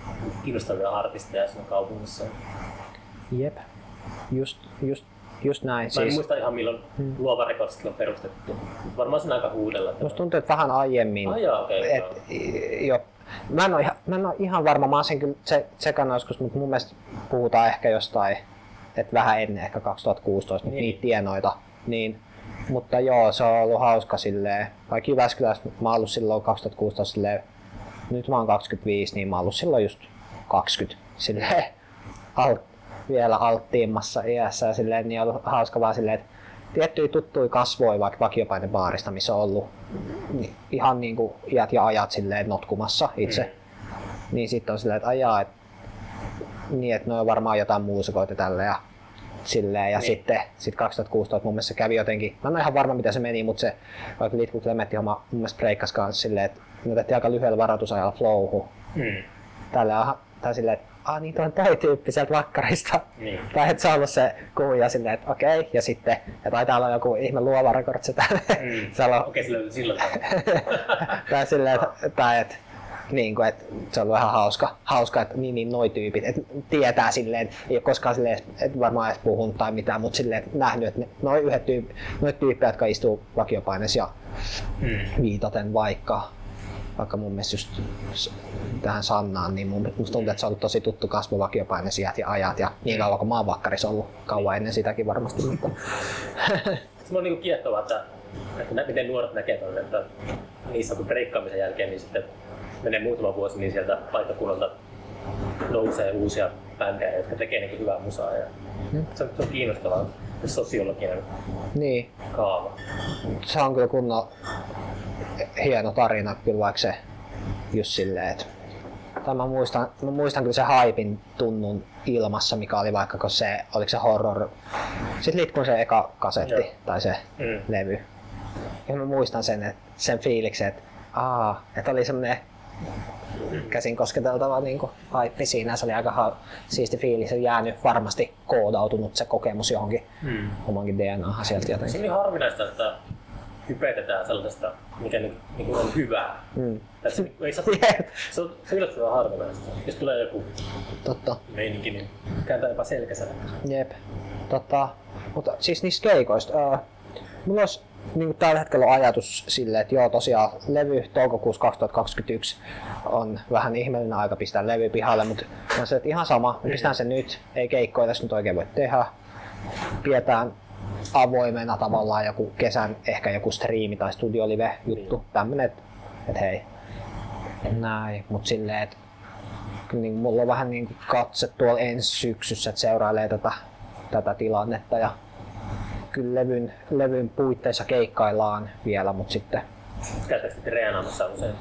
kiinnostavia artisteja siinä kaupungissa. Jep, just, just, just näin. Mä en siis... muista ihan milloin hmm. Luova Recordskin on perustettu. Varmaan sen aika huudella. Musta tuntuu, että vähän aiemmin. Ah, joo, okay, et, jo. Mä en ole ihan, mä en ole ihan varma, mä oon sen kyllä tsekannut joskus, mutta mun mielestä puhutaan ehkä jostain, että vähän ennen ehkä kaksituhattakuusitoista niin. Niitä tienoita. Niin, mutta joo, se on ollut hauska silleen, vaikka Jyväskylässä mä oon ollut silloin kaksituhattakuusitoista silleen, nyt mä oon kaksikymmentäviisi, niin mä oon ollut silloin just kaksikymmentä silleen, alt, vielä alttiimmassa iässä ja silleen, niin on ollut hauska vaan silleen, että tiettyjä tuttuja kasvoja vaikka vakiopainebaarista, missä on ollut niin, ihan niinku iät ja ajat silleen notkumassa itse. Mm. Niin sitten on silleen, että ajaa, et, niin että ne on varmaan jotain muusikoita tälle ja silleen. Ja niin. sitten sit kaksituhattakuusitoista mun mielestä se kävi jotenkin, mä en ole ihan varma mitä se meni, mutta se vaikka Litku Clementti homma mun mielestä breikkasi kanssa silleen, että ne otettiin aika lyhyellä varoitusajalla flowhu. Mm. Tälle on tai silleen, että ah niin toi on toi tyyppi sieltä vakkarista. Niin. Tai että se on ollut se kuvia silleen, että okei, okay. Ja sitten, että täällä on joku ihme Luova Records täällä. Mm. Okei, okay, se löytyi silloin. Tai silleen, että, tai että niin kuin, että se on ollut ihan hauska, hauska että niin, niin noi tyypit, että tietää silleen, ei ole koskaan silleen, että varmaan edes puhunut tai mitään, mutta silleen, että nähnyt, että ne, noi yhdet tyyppi, noi tyyppejä, jotka istuu vakiopainessa ja mm. viitaten vaikka, vaikka mun mielestä just tähän Sannaan, niin mun, musta tuntuu, että se on ollut tosi tuttu kasvu vakiopainessa iät ja ajat ja niin kauan kuin mä oon vakkarissa ollut, kauan ennen sitäkin varmasti. Mutta. Se on niin kiehtovaa, että, että miten nuoret näkee tuonne, että niissä kun breikkaamisen jälkeen, niin sitten menee muutama vuosi, niin sieltä paikkakunnalta nousee uusia bändejä, jotka tekee niin hyvää musaa. Ja hmm. se, on, se on kiinnostavaa, sosiologinen niin. kaava. Se on kyllä kunnon hieno tarina, kyllä vaikka se just silleen, että mä muistan, mä muistan kyllä se haipin tunnun ilmassa, mikä oli vaikka kun se, oliko se horror, sit Litkun se eka kasetti Joo. tai se mm. levy. Ja mä muistan sen, että, sen fiiliksen, että aa, että oli semmonen käsin kosketeltava niinku haippi siinä, se oli aika ha- siisti fiilis, se on jäänyt varmasti koodautunut se kokemus johonkin mm. omankin D N A:han sieltä jotenkin. Se on niin harvinaista, että hypetetään sellaisesta, mikä ni- niinku on hyvää. Mm. Se, ei saa, se on se yllättävän harvinaista. Jos tulee joku Totta. meininki, niin kääntää jopa selkänsä. Jep. Totta. Mutta siis niistä keikoista. Äh, mulla olisi niin tällä hetkellä on ajatus silleen, että joo tosiaan levy toukokuussa kaksituhattakaksikymmentäyksi on vähän ihmeellinen aika pistää levy pihalle, mutta on se, että ihan sama, me pistään se nyt, ei keikkoja tässä nyt oikein voi tehdä. Pidetään avoimena tavallaan joku kesän ehkä joku striimi tai studiolive juttu, tämmönen, että et hei, näin, mut silleen, että niin, mulla on vähän niin katse tuolla ensi syksyssä, että seurailee tätä, tätä tilannetta ja kyllä levyn, levyn puitteissa keikkaillaan vielä, mutta sitten... Käytätkö te treenaamassa usein?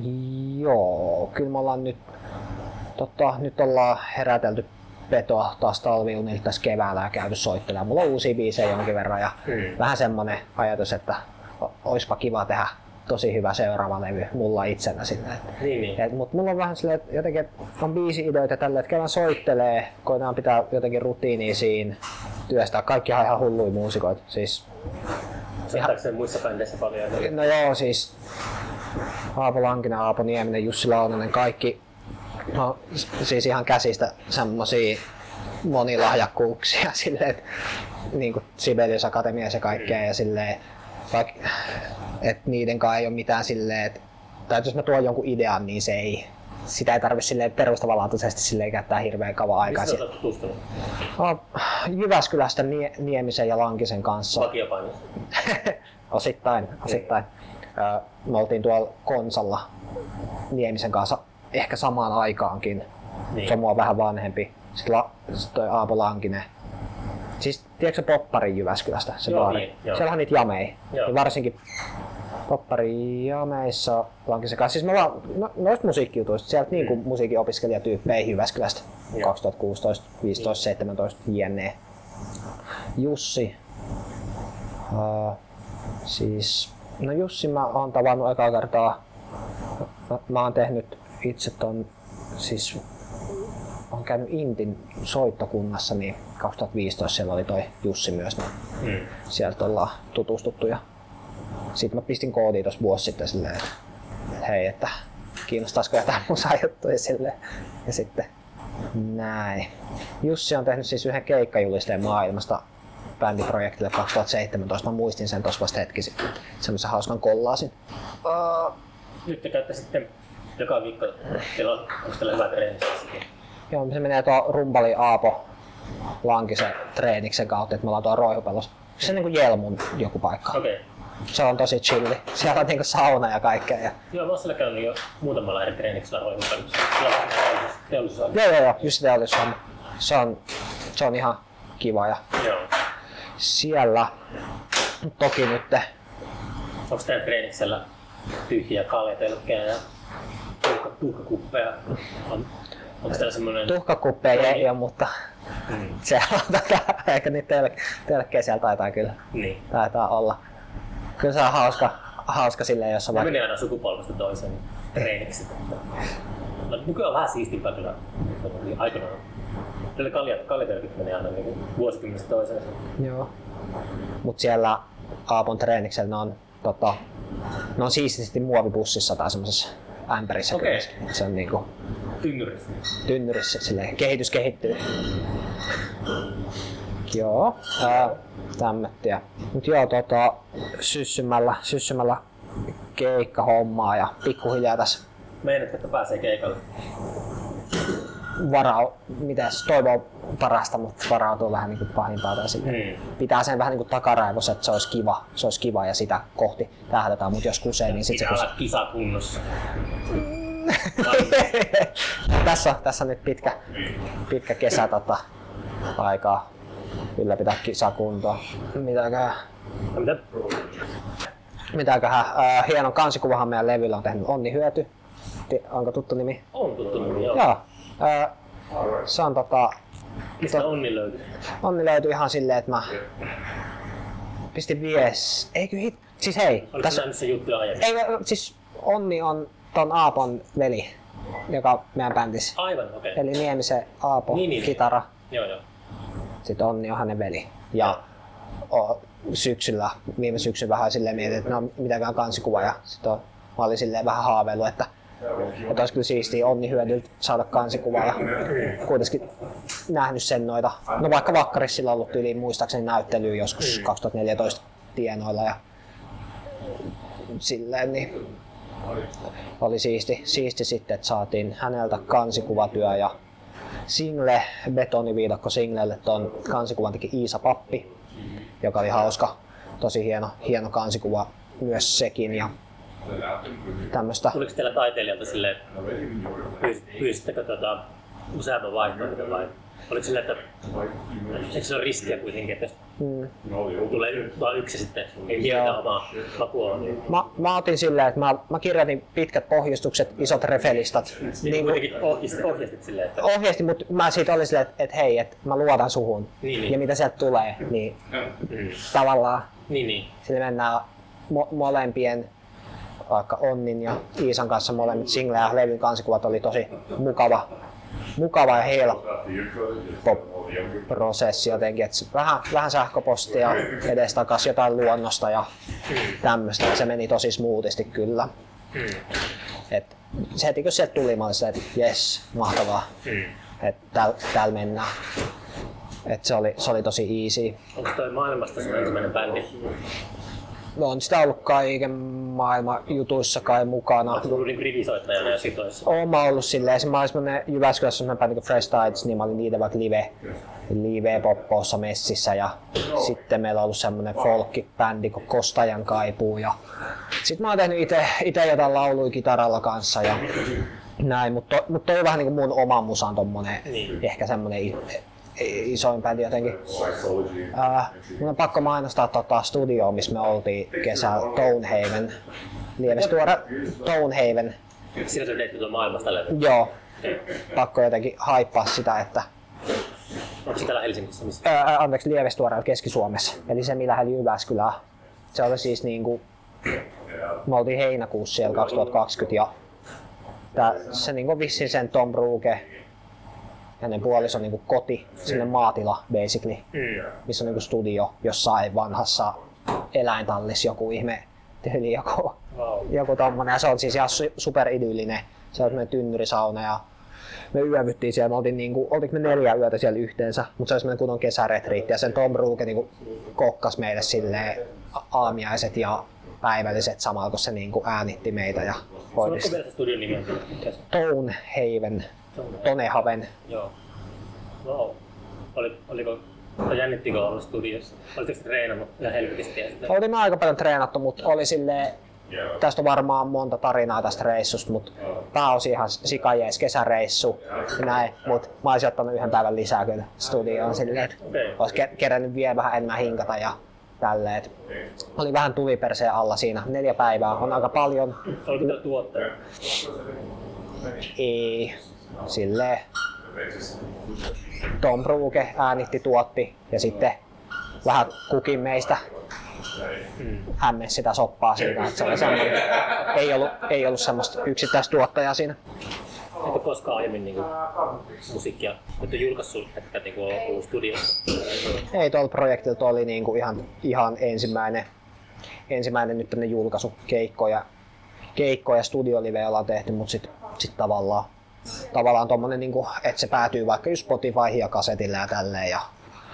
Joo, kyllä me ollaan nyt, totta, nyt ollaan herätelty Petoa taas talviunilta tässä keväällä ja käyty soittelemaan. Mulla on uusia biisejä jonkin verran ja hmm. vähän semmonen ajatus, että oispa kiva tehdä tosi hyvä seuraava levy mulla itsenä silleen. Niin, niin. Mutta mulla on vähän silleen, että jotenkin on biisi-ideoita tälle, että käydään soittelee, koitetaan pitää jotenkin rutiinia siinä, työstää. Kaikki ihan hulluja muusikoita. Siis, soittaako se muissa bändeissä paljon? No joo, siis Aapo Lankinen, Aapo Nieminen, Jussi Launonen, kaikki no, siis ihan käsistä semmosia monilahjakkuuksia silleen, että niinku Sibelius Akatemiassa ja kaikkea mm. ja silleen, vaikka että niiden kanssa ei ole mitään silleen, että tai jos mä tuon jonkun idean, niin se ei, sitä ei tarvitse silleen perustavanlaatuisesti silleen käyttää hirveän kauan aikaa. Mistä olet tutustunut? No, Jyväskylästä Nie- Niemisen ja Lankisen kanssa. Vakiopainossa? osittain, osittain. Me oltiin tuolla Konsalla Niemisen kanssa ehkä samaan aikaankin. Niin. Se on mua vähän vanhempi. Sitten la, sit toi Aapo Lankinen. Siis tiedätkö Popparin Jyväskylästä? Se joo, niin, joo. Siellä on niitä jameja. Niin varsinkin Popparin jameissa Lankisen kanssa. Siis me ollaan no, noista musiikkijutuista, sieltä mm. niinku musiikinopiskelijatyyppejä Jyväskylästä. Joo. kaksituhattakuusitoista, viisitoista, seitsemäntoista jne. Jussi. Uh, siis, no Jussi mä oon tavannut ekaa kertaa. Mä, mä oon tehnyt itse ton, siis oon käynyt Intin soittokunnassa, niin kaksituhattaviisitoista siellä oli toi Jussi myös, niin mm. sieltä ollaan tutustuttu. Ja sit mä pistin koodiin tossa vuosi sitten silleen, että hei, että kiinnostaisiko jotain musajuttuja silleen. Ja sitten näin. Jussi on tehnyt siis yhden keikkajulisteen maailmasta bändiprojektille kaksituhattaseitsemäntoista. Mä muistin sen tossa vasta hetki sitten. Semmoisen hauskan kollaasin. Uh, Nyt te käytte sitten joka viikko, teillä on, onko teillä hyvät treenit? Joo, se menee tuo Rumpali Aapo Lankisen treeniksen kautta, että me ollaan tuo Roihupellossa. Se on niinku Jelmun joku paikka. Okei. Okay. Se on tosi chilli. Siellä on niinku sauna ja kaikkea. Ja... Joo, mä oon siellä käynyt jo muutamalla eri treeniksellä Roihupellossa. Teollisuus. Joo, joo, joo, just teollisuus. Se on, se on ihan kiva. Ja joo. Siellä toki nyt... Onko teidän treeniksellä tyhjiä kaljatelkkejä ja tuhkakuppeja? On, onko täällä semmoinen... Tuhkakuppeja ei ole, mutta mm. siellä on tätä, ehkä niitä telkkejä siellä taitaa kyllä. Niin. Taitaa olla. Kyllä se on hauska, hauska silleen, jos on vaikka... menee aina sukupolvesta toiseen treeniksi. No, nykyään on vähän siistimpää kyllä aikanaan. Kaljatelkit menee aina niin vuosikymmenestä toiseen. Joo. Mut siellä Aapon treeniksellä ne on, tota, ne on siististi muovipussissa tai semmosessa ämpärissä. Okei. Okay. Se on niinku... Tynnyrissä. Tynnyrissä, silleen kehitys kehittyy. Joo, ää, tämmöttiä. Mut joo, tota, syssymällä, syssymällä keikkahommaa ja pikkuhiljaa tässä... Meinaatko, että pääsee keikalle? Varau, mitäs toivoo parasta, mutta varautuu vähän niinku pahimpaa tai hmm. Pitää sen vähän niinku takaraivossa, että se olisi kiva, se olisi kiva ja sitä kohti tähdätään, mutta jos kusee, niin sit se kusee. Pitää olla kisakunnossa. tässä, on, tässä on nyt pitkä, pitkä kesä tota, aikaa ylläpitää kisakuntoa. Mitäköhän? Mitä? Mitäköhän? Äh, hienon kansikuvahan meidän levyllä on tehnyt Onni Hyöty. Onko tuttu nimi? On tuttu nimi, joo. Joo. Äh, se on tota... Mistä to... Onni löytyy? Onni löytyy ihan silleen, että mä pistin vies... Eikö hit... Siis hei... Oletko tässä... nähnyt se juttu aiemmin? Ei, siis Onni on ton Aapon veli, joka meidän bändissä. Aivan, okei. Okay. Eli Niemisen Aapo, niin, niin. kitara. Joo, joo. Sitten Onni on hänen veli. Ja o, syksyllä, viime syksyn vähän silleen mietin, että no mitäkään kansikuva. Ja sit on, mä olin silleen vähän haaveillut, että, että olisi kyllä siistiä Onni Hyödyltä saada kansikuva. Ja kuitenkin nähnyt sen noita. No vaikka Vakkarissa sillä on ollut yli muistaakseni näyttelyä joskus mm. kaksituhattaneljätoista tienoilla. Ja silleen niin oli siisti, siisti sitten, että saatiin häneltä kansikuvatyö ja single, betoniviidakko singlelle ton kansikuvan teki Iisa Pappi, joka oli hauska, tosi hieno, hieno kansikuva myös sekin ja tämmöstä. Tuliko teillä taiteilijalta silleen, pyysittekö tota useamman vaihtoehdon vai oliko silleen, että eikö se ole riskiä kuitenkin, että jos mm. tulee vain yksi sitten, ei mietitä omaa makua? Niin... Mä, mä otin silleen, että mä, mä kirjoitin pitkät pohjustukset, isot refelistat. Niin, niin kuitenkin ohjastit, ohjastit silleen, että... Ohjastin, mutta mä siitä olin silleen, että, että hei, että mä luotan suhun. Niin, niin. Ja mitä sieltä tulee, niin mm. tavallaan niin, niin. sille mennään mo- molempien, vaikka Onnin ja Iisan kanssa molemmat single- ja levyn kansikuvat oli tosi mukava. Mukava ja helppo prosessi jotenkin, että vähän, vähän sähköpostia edestakas jotain luonnosta ja tämmöistä, ja se meni tosi smoothisti kyllä. Et se heti kun sieltä tuli, mä olin että jes, mahtavaa, että täällä tääl mennään. Et se, oli, se oli tosi easy. Onko toi maailmasta sun ensimmäinen bändi? No on sitä ollut kaiken maailman jutuissa kai mukana. Oletko ollut niinku rivisoittajana ja sitoissa? Oon mä ollut silleen. Mä olin semmonen Jyväskylässä semmonen bändi kuin Fresh Tides, niin mä olin niitä vaikka live, live-poppoossa messissä. Ja sitten meillä on ollut semmonen folkki-bändi kuin Kostajan kaipuu. Ja sitten mä oon tehnyt ite, ite jotain lauluja kitaralla kanssa ja näin. Mutta to, mut toi on vähän niinku mun oma musan tommonen, niin. Ehkä semmonen isoin bändi jotenkin. Uh, mun on pakko mainostaa tota studioa, missä me oltiin kesällä, Tonehaven. Lievestuore Tonehaven. Siellä sä teit tuon maailmasta levy? Joo. Pakko jotenkin haippaa sitä, että... Onko se täällä Helsingissä? Missä? Uh, anteeksi, Lievestuoreella Keski-Suomessa. Eli se millä lähellä Jyväskylää. Se oli siis niinku... Me oltiin heinäkuussa siellä kaksituhattakaksikymmentä ja... Tää, se niinku vissiin sen Tom Bruge, hänen puoliso on niinku koti, sinne maatila basically, mm. missä on niinku studio jossain vanhassa eläintallissa, joku ihme tyyli, joku, wow. joku tommonen. Ja se on siis ihan superidyllinen Se oli meidän tynnyrisauna ja me yövyttiin siellä, me oltiin niinku, oltiinko me neljä yötä siellä yhteensä, mutta se oli semmoinen kunnon kesäretriitti ja sen Tom Ruke niinku kokkas meille silleen aamiaiset ja päivälliset samalla kun se niinku äänitti meitä ja hoiti. Onko vielä se studion nimi? Tonehaven. Tonehaven. Joo. No, oli, oliko, tai jännittikö olla studiossa? Olitteko treenannut ihan helvetisti? Oltiin aika paljon treenattu, mutta oli silleen, tästä on varmaan monta tarinaa tästä reissusta, mutta pääosin ihan sikajees kesäreissu ja näin, mutta mä olisin ottanut yhden päivän lisää kyllä studioon silleen, että olisi kerännyt vielä vähän enemmän hinkata ja tälleen. Oli vähän tuliperseen alla siinä, neljä päivää on aika paljon. Oliko tämä tuottaja? Ei, silleen Tom Ruke äänitti, tuotti ja sitten vähän kukin meistä hämmensi sitä soppaa siitä, että se oli semmoinen, ei ollut, ei ollut semmoista yksittäistuottajaa siinä. Eikö koskaan aiemmin niinku musiikkia, että julkaissut, että niinku on ollut studiossa? Ei, tuolla projektilta oli niinku ihan, ihan ensimmäinen, ensimmäinen nyt tämmöinen julkaisu, keikkoja, keikkoja studiolive ollaan tehty, mutta sitten sit tavallaan, tavallaan tommonen, niinku, että se päätyy vaikka just Spotifyhin ja kasetille ja tälleen ja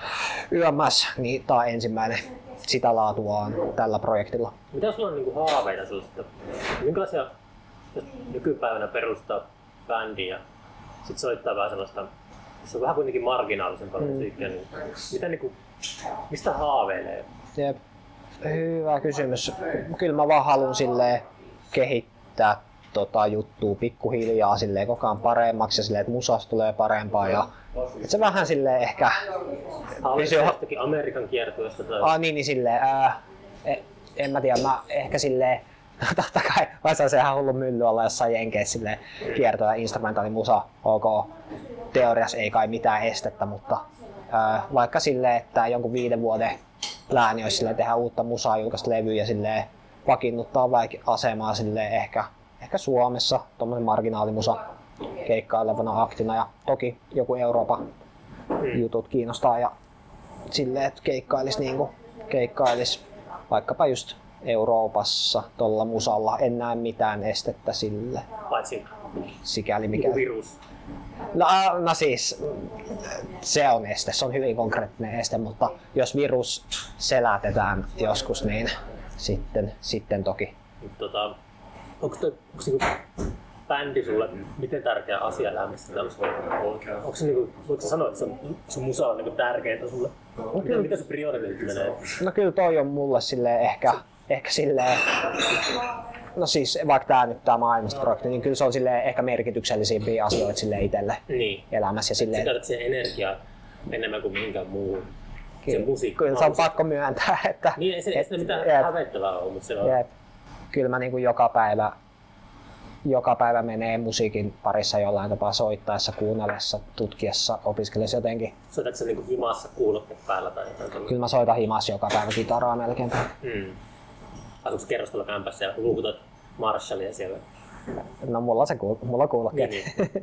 yömmäs, niin tää on ensimmäinen. Sitä laatua on tällä projektilla. Mitä sulla on niinku haaveita sellaista? Minkälaisia, jos nykypäivänä perustaa bändiä ja sit soittaa vähän sellaista, se on vähän kuitenkin marginaalisempaa mm. musiikkia, niin mitä niinku, mistä haaveilee? Jep. Hyvä kysymys. Kyllä mä vaan haluan silleen kehittää tota juttua pikkuhiljaa silleen koko ajan paremmaksi ja silleen, että musasta tulee parempaa ja et se vähän silleen ehkä pysyy jostakin Amerikan kiertueesta tai ah, niin, niin silleen ää, en mä tiedä, mä ehkä silleen totta kai vasta se ihan hullu mylly olla jossain jenkeissä silleen kiertoa instrumentaali musa, ok, teoriassa ei kai mitään estettä, mutta ää, vaikka silleen, että jonkun viiden vuoden plääni olisi silleen tehdä uutta musaa, julkaista levyjä silleen vakiinnuttaa vaikka asemaa silleen ehkä ehkä Suomessa tommonen marginaalimusa keikkailevana aktina ja toki joku Euroopan mm. jutut kiinnostaa ja silleen, että keikkailis niinku keikkailis vaikkapa just Euroopassa tolla musalla, en näe mitään estettä sille. Paitsi sikäli mikä virus. No, no siis se on este, se on hyvin konkreettinen este, mutta jos virus selätetään joskus niin sitten, sitten toki. Tota, onko toi, onko niinku bändi sulle miten tärkeä asia elämässä tällaisessa? Onko se niinku, voitko sä sanoa, että sun, sun musa on niinku tärkeintä sulle? No, mitä, mitä sun prioriteetti menee? No kyllä toi on mulle silleen ehkä, ehkä silleen, no siis vaikka tää nyt tää maailmastoprojekti, niin kyllä se on silleen ehkä merkityksellisimpiä asioita silleen itselle niin. Elämässä. Ja silleen, sä käytät siihen energiaa enemmän kuin mihinkään muuhun. Kyllä, kyllä se on pakko myöntää, että... Niin ei se, ei se mitään jep, hävettävää ole, mutta se on... Jep. Kyllä mä niinku joka päivä, joka päivä menee musiikin parissa jollain tapaa soittaessa, kuunnellessa, tutkiessa, opiskellessa jotenkin. Soitatko sä niinku himassa kuulokkeet päällä tai jotain? Kyllä mä soitan himassa joka päivä kitaraa melkein. Hmm. Asuuko kerrostalo kämpässä ja luukutat Marshallia siellä? No mulla, se kuul- mulla on kuulokkeet. Niin, niin.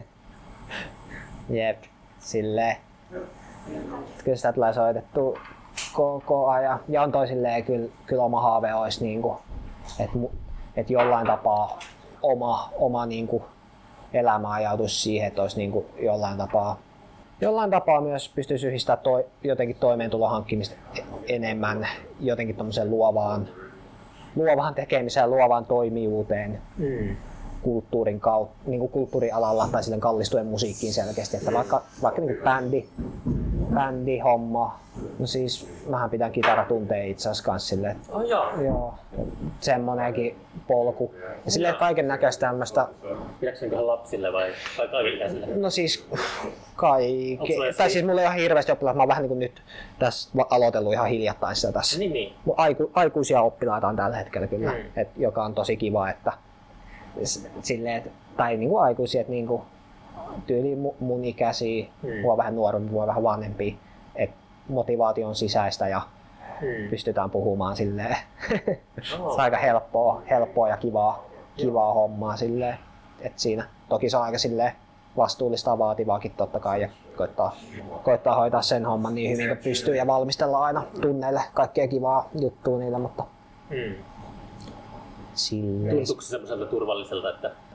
Jep, silleen. Kyllä sitä tulee soitettua koko ajan. Ja on toi silleen, kyllä, kyllä oma haave olisi niinku, että et jollain tapaa oma, oma niinku elämä ajautuisi siihen, että olisi niinku jollain tapaa jollain tapaa myös pystyisi yhdistämään toi, jotenkin toimeentulon hankkimista enemmän jotenkin tommoseen luovaan, luovaan tekemiseen, luovaan toimijuuteen mm. kulttuurin kautta, niinku kulttuurialalla tai silleen kallistuen musiikkiin selkeästi, että vaikka, vaikka niinku bändi, bändi, homma, no siis mähän pidän kitaratunteja itse asiassa kans silleen, oh, joo. joo, semmonenkin polku. Ja silleen kaiken näköistä tämmöstä. Pidätkö sen lapsille vai, vai kaikille? No siis kaikki. Tai siis mulla ei ihan hirveästi oppilaita, mä oon vähän niinku nyt tässä aloitellut ihan hiljattain sitä tässä. Niin, niin. Aiku, aikuisia oppilaita on tällä hetkellä kyllä, mm. et, joka on tosi kiva, että silleen, et, tai niinku aikuisia, että niinku tyyli mun ikäisiä, mm. mua vähän nuorempi, mua vähän vanhempi, että motivaatio on sisäistä ja hmm. pystytään puhumaan silleen. Oh. Se on aika helppoa, helppoa ja kivaa, kivaa hommaa silleen. Et siinä toki se on aika silleen vastuullista ja vaativaakin totta kai ja koittaa, koittaa hoitaa sen homman niin hyvin kuin pystyy ja valmistella aina tunneille kaikkea kivaa juttua niille, mutta hmm. silleen. Tuntuuko se semmoiselta turvalliselta, että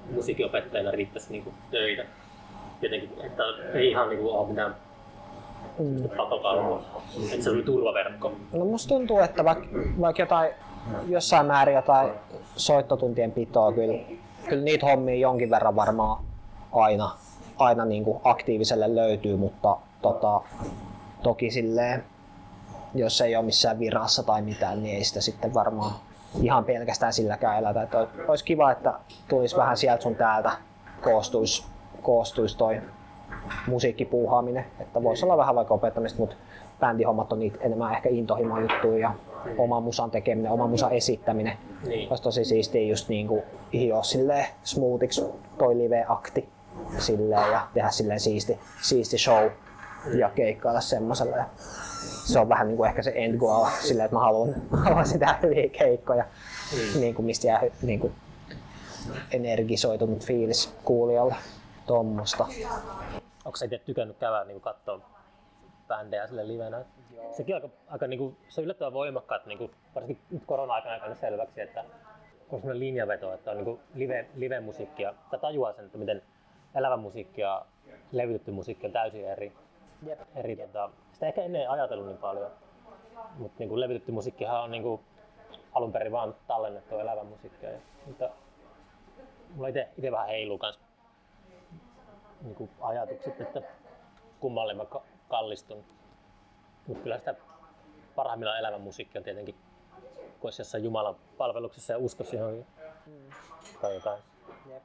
musiikinopettajana riittäisi niinku töitä. Jotenkin, että ei ihan niinku ole mitään mm. pakokalvoa, että se oli turvaverkko. No musta tuntuu, että vaikka vaik jotain, jossain määrin jotain soittotuntien pitoa, kyllä, kyllä niitä hommia jonkin verran varmaan aina, aina niinku aktiiviselle löytyy, mutta tota, toki silleen, jos ei ole missään virassa tai mitään, niin ei sitä sitten varmaan ihan pelkästään silläkään elätä. Että olisi kiva, että tulisi vähän sieltä sun täältä koostuisi, koostuisi toi musiikkipuuhaaminen. Että voisi olla vähän vaikka opettamista, mutta bändihommat on niitä enemmän ehkä intohimo juttuja ja mm. oma musan tekeminen, oma musan esittäminen. Niin. Olisi tosi siistiä just niinku hioa silleen smoothiksi toi live-akti silleen ja tehdä silleen siisti, siisti show ja keikkailla semmosella. Se on vähän niinku ehkä se end goal silleen, että mä haluan, haluaisin tehdä hyviä keikkoja, mm. niinku, mistä jää niinku energisoitunut fiilis kuulijalle. Tommosta. Onko sä itse tykännyt käydä niinku kattoo bändejä sille livenä? Sekin on aika, aika niinku, se on yllättävän voimakkaat, niinku, varsinkin nyt korona-aikana on käynyt selväksi, että on sellainen linjaveto, että on niinku live, live-musiikkia, tai tajuaa sen, että miten elävä musiikki ja levytetty musiikki on täysin eri. Yep. eri tota, sitä ehkä ennen ei ajatellut niin paljon, mutta niinku, levytetty musiikkihan on niinku, alun perin vaan tallennettu elävän musiikkia. Ja, mutta mulla itse vähän heiluu kans niinku, ajatukset, että kummalle mä kallistun. Mutta kyllä sitä parhaimmillaan elävän musiikki on tietenkin, kun olisi jossain Jumalan palveluksessa ja uskossa johonkin mm. tai jotain. Yep.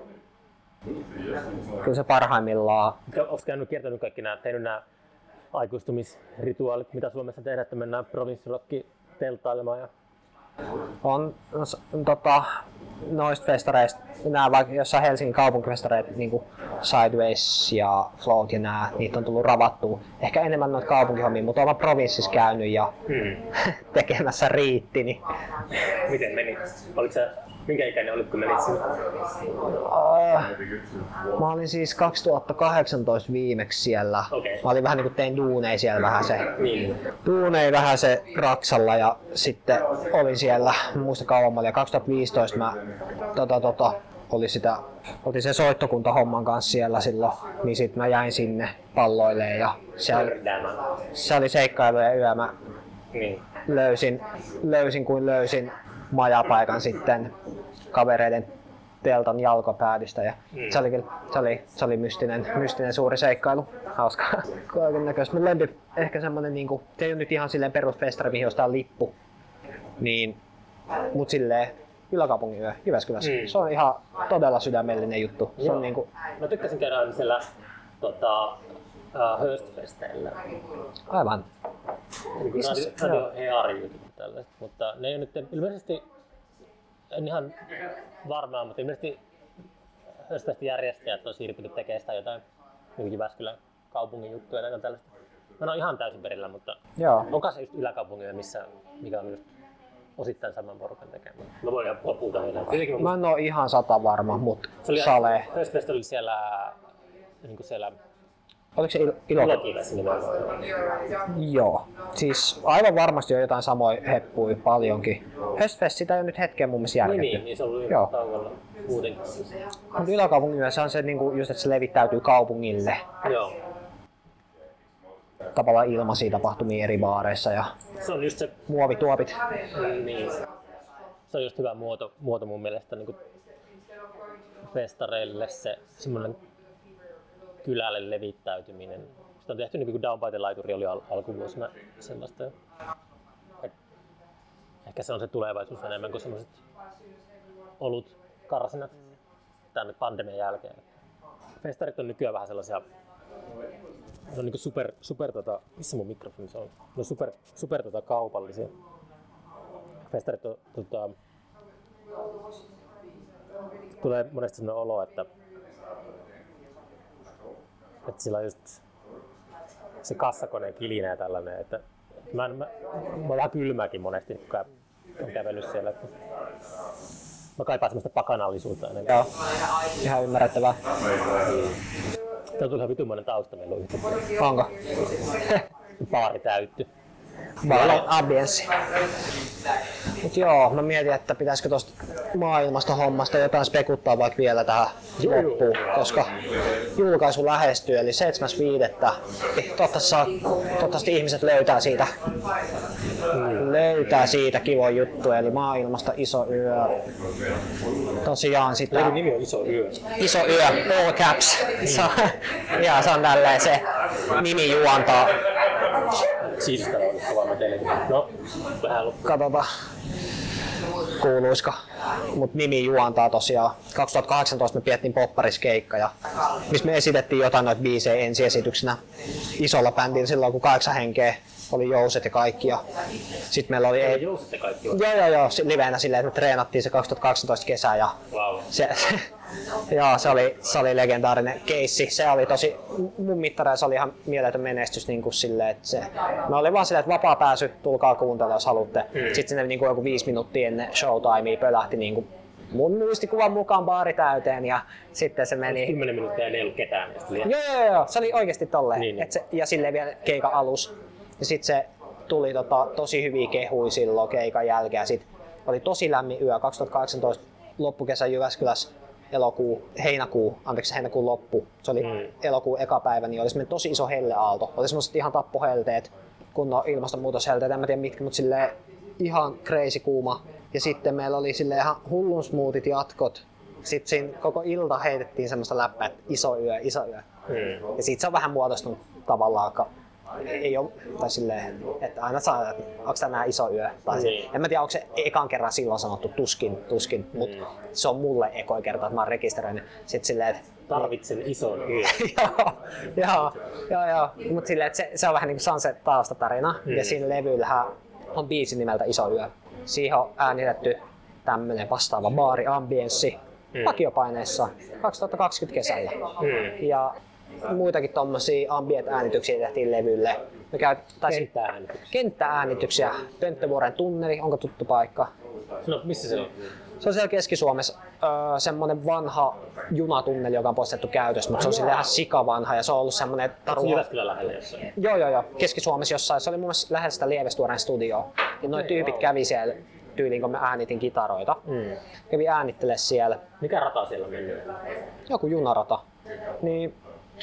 Kyllä se parhaimmillaan. Onko käynyt kiertänyt kaikki nämä, tehnyt nämä aikuistumisrituaalit, mitä Suomessa tehdään, että mennään provinssirokki telttailemaan? Ja... On tota, noista festareista, nämä vaikka jossain Helsingin kaupunkifestareita, niin kuin Sideways ja Float ja nämä, niitä on tullut ravattua. Ehkä enemmän noita kaupunkihommia, mutta olen provinssissa käynyt ja hmm. tekemässä riitti. Niin... Miten meni? Oliko sä, minkä ikäinen olit, kun menit sinne? Uh, mä olin siis kaksituhattakahdeksantoista viimeksi siellä. Okay. Mä olin vähän niin kuin tein duuneja siellä vähän se, niin. duuneja vähän se Raksalla ja sitten olin siellä, muista kauan mä olin, ja kaksituhattaviisitoista mä tota, tota, oli sitä, olin sen soittokuntahomman kanssa siellä silloin, niin sit mä jäin sinne palloilleen ja siellä, se oli seikkailu ja yö mä niin. löysin, löysin kuin löysin majapaikan sitten kavereiden teltan jalkapäädystä ja mm. se, oli, se, oli, se oli mystinen, mystinen suuri seikkailu, hauskaa. Kaikennäköistä. Mun lempi ehkä semmonen niinku, se ei ole nyt ihan silleen perusfestari, mihin ostaa lippu, niin, mut silleen yläkaupungin yö Jyväskylässä. Mm. Se on ihan todella sydämellinen juttu. Se on niinku... Mä tykkäsin käydä siellä tota, uh, Hurstfesteillä. Aivan. Niin kuin radio, radio Heari-jutut tällaiset, mutta ne ei nyt ilmeisesti, en ihan varmaan, mutta ilmeisesti Hurstfestin järjestäjät on siirtynyt tekemään sitä jotain niin Jyväskylän kaupungin juttuja ja tällaista. Mä en ole ihan täysin perillä, mutta joo. Onko se just yläkaupungin, missä, mikä on just osittain saman porukan tekemään? Mä voin ihan puhuta heidän. Mä en ole ihan sata varma, mutta Sale. Hurstfest oli siellä, niin kuin siellä oliko se il- Ilokivessä? Joo. Siis aivan varmasti on jotain samoja heppuja paljonkin. Hurstfest sitä on nyt hetken mun mielestä järjestetty. Niin, niin, se on ollut tauolla muutenkin. Mutta yläkaupungin yössä on se, niinku, just, että se levittäytyy kaupungille. Joo. Tavallaan ilmaisia tapahtumia eri baareissa ja se on just se muovituopit. Niin. Se on just hyvä muoto, muoto mun mielestä niin kuin festareille se semmoinen kylälle levittäytyminen. Sitä on tehty niin kuin Down by the Laituri oli al- alkuvuosina sellaista. Et ehkä se on se tulevaisuus enemmän kuin semmoiset olut karsinat tänne pandemian jälkeen. Festarit on nykyään vähän sellaisia, ne on niin kuin super, super tota, missä mun mikrofoni se on? Ne on super, super tota, kaupallisia. Festarit on, tota, tulee monesti sellainen olo, että että sillä on just se kassakoneen kilinä ja tällainen, että mä, mä, mä oon vähän kylmääkin monesti, kun on kävellyt siellä. Että mä kaipaan semmoista pakanallisuutta enemmän. Joo, ihan ymmärrettävää. Tää on tullut ihan vitumainen tausta meillä on yhtä. Onko? Baari täytty. Baari ambienssi. Mut joo, mä mietin, että pitäisikö tosta maailmasta hommasta jotain spekuttaa vaikka vielä tähän loppuun, koska julkaisu lähestyy, eli seitsemäs viidettä Toivottavasti ihmiset löytää siitä, löytää siitä kivoja juttuja, eli maailmasta Iso Yö. Tosiaan sitä... Eli nimi on Iso Yö. Iso Yö, all caps. Se on, ja se on tälleen se nimi juontaa. Siis täällä on kova meteli. No, vähän loppu. Katsotaan, kuuluisko. Mut nimi juontaa tosiaan. kaksituhattakahdeksantoista me piettiin poppariskeikka, ja missä me esitettiin jotain noita biisejä ensiesityksenä isolla bändillä silloin, kun kahdeksan henkeä oli jouset ja kaikki. Ja sit meillä oli... Ei, jouset ja kaikki oli? Joo, joo, joo. Liveenä silleen, että me treenattiin se kaksituhattakahdeksantoista kesä. Ja wow. se, se, joo, se oli, se oli legendaarinen keissi. Se oli tosi, mun mittareissa oli ihan mieletön menestys niin kuin silleen, että se... Me oli vaan silleen, että vapaa pääsy, tulkaa kuuntelemaan, jos haluatte. Hmm. Sitten sinne niin kuin joku viisi minuuttia ennen showtimea pölähti niin kuin mun muistikuvan mukaan baari täyteen, ja sitten se meni... kymmenen minuuttia ei ollut ketään. Joo, joo, joo. Se oli oikeesti tolleen. Niin, niin. Et se, ja silleen vielä keikan alus. Ja sit se tuli tota, tosi hyviä kehuja silloin keikan jälkeen. Sit oli tosi lämmin yö. kaksituhattakahdeksantoista loppukesä Jyväskylässä, elokuu, heinäkuu, anteeksi heinäkuun loppu. Se oli mm. elokuun eka päivä, niin oli semmoinen tosi iso helleaalto. Oli semmoiset ihan tappohelteet, kunnon ilmastonmuutoshelteet, en mä tiedä mitkä, mutta silleen ihan crazy kuuma. Ja sitten meillä oli silleen ihan hullun smoothit jatkot. Sitten siinä koko ilta heitettiin semmoista läppää, että Iso Yö, Iso Yö. Mm. Ja siitä se on vähän muodostunut tavallaan, ei ole, tai silleen, että aina saa, että onko tämä Iso Yö. Tai mm. En mä tiedä, onko se ekan kerran silloin sanottu tuskin, tuskin, mm. mutta se on mulle ekoi kerta, että mä oon rekisteröinyt. Sitten silleen, että tarvitsen ison yön. joo, joo, joo, joo. Mutta silleen, että se, se on vähän niin kuin se on se taustatarina. Mm. Ja siinä levyllähän on biisi nimeltä Iso Yö. Siihen on äänitetty tämmönen vastaava baari-ambienssi mm. vakiopaineessa kaksituhattakaksikymmentä kesällä. Mm. Ja muitakin tommosia ambient-äänityksiä tehtiin levylle. Me käyt, kenttääänityksiä. Kenttääänityksiä. Pönttövuoren tunneli, onko tuttu paikka? No, missä se on? Se on siellä Keski-Suomessa öö, semmonen vanha junatunneli, joka on poistettu käytöstä, mutta se on sille ihan sikavanha ja se on ollut semmonen taru... Jyväskylän lähellä jossain? Joo, joo, joo. Keski-Suomessa jossain. Se oli mun mielestä lähellä sitä Lievestuoren studioa. Ja noi tyypit kävi siellä tyyliin, kun me äänitin kitaroita. Mm. Kävi äänittele siellä. Mikä rata siellä on mennyt? Joku junarata. Niin...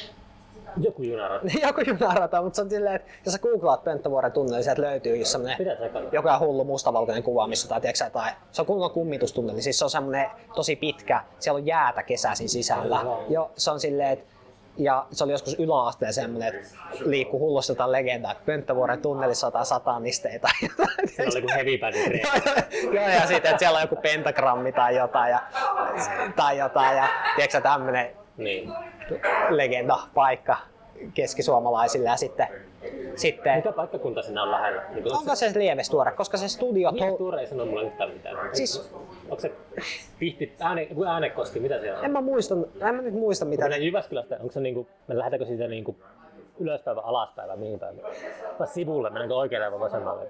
Joku junarata. Joku junarata, mutta se on silleen, että jos sä googlaat Pönttövuoren tunneli, sieltä löytyy just semmonen joku hullu mustavalkoinen kuva, missä tai tiiäksä, tai se on kunnon kummitustunneli, siis se on semmonen tosi pitkä, siellä on jäätä kesäisin sisällä. Jo, se on silleen, että ja se oli joskus yläasteen semmonen, että liikkuu hullusti jotain legendaa, että Pönttövuoren tunnelissa on jotain satanisteita. Se oli kuin heavy band treeni. Joo, ja sitten, että siellä on joku pentagrammi tai jotain, ja, tai jotain, ja tiiäksä tämmönen niin. legenda paikka keskisuomalaisille, ja sitten sitten... Mikä paikkakunta siinä on lähellä? Niin onko se Lievestuore, koska se studio... Lievestuore ei sano mulle yhtään mitään. Siis... Onko se Pihti, ääne, Äänekoski, mitä siellä on? En mä muista, en mä nyt muista mitä... Kun Jyväskylästä, onko se niinku, me lähdetäänkö siitä niinku ylöspäin vai alaspäin vai mihin päin? Vai sivulle, mennäänkö oikealle vai vasemmalle?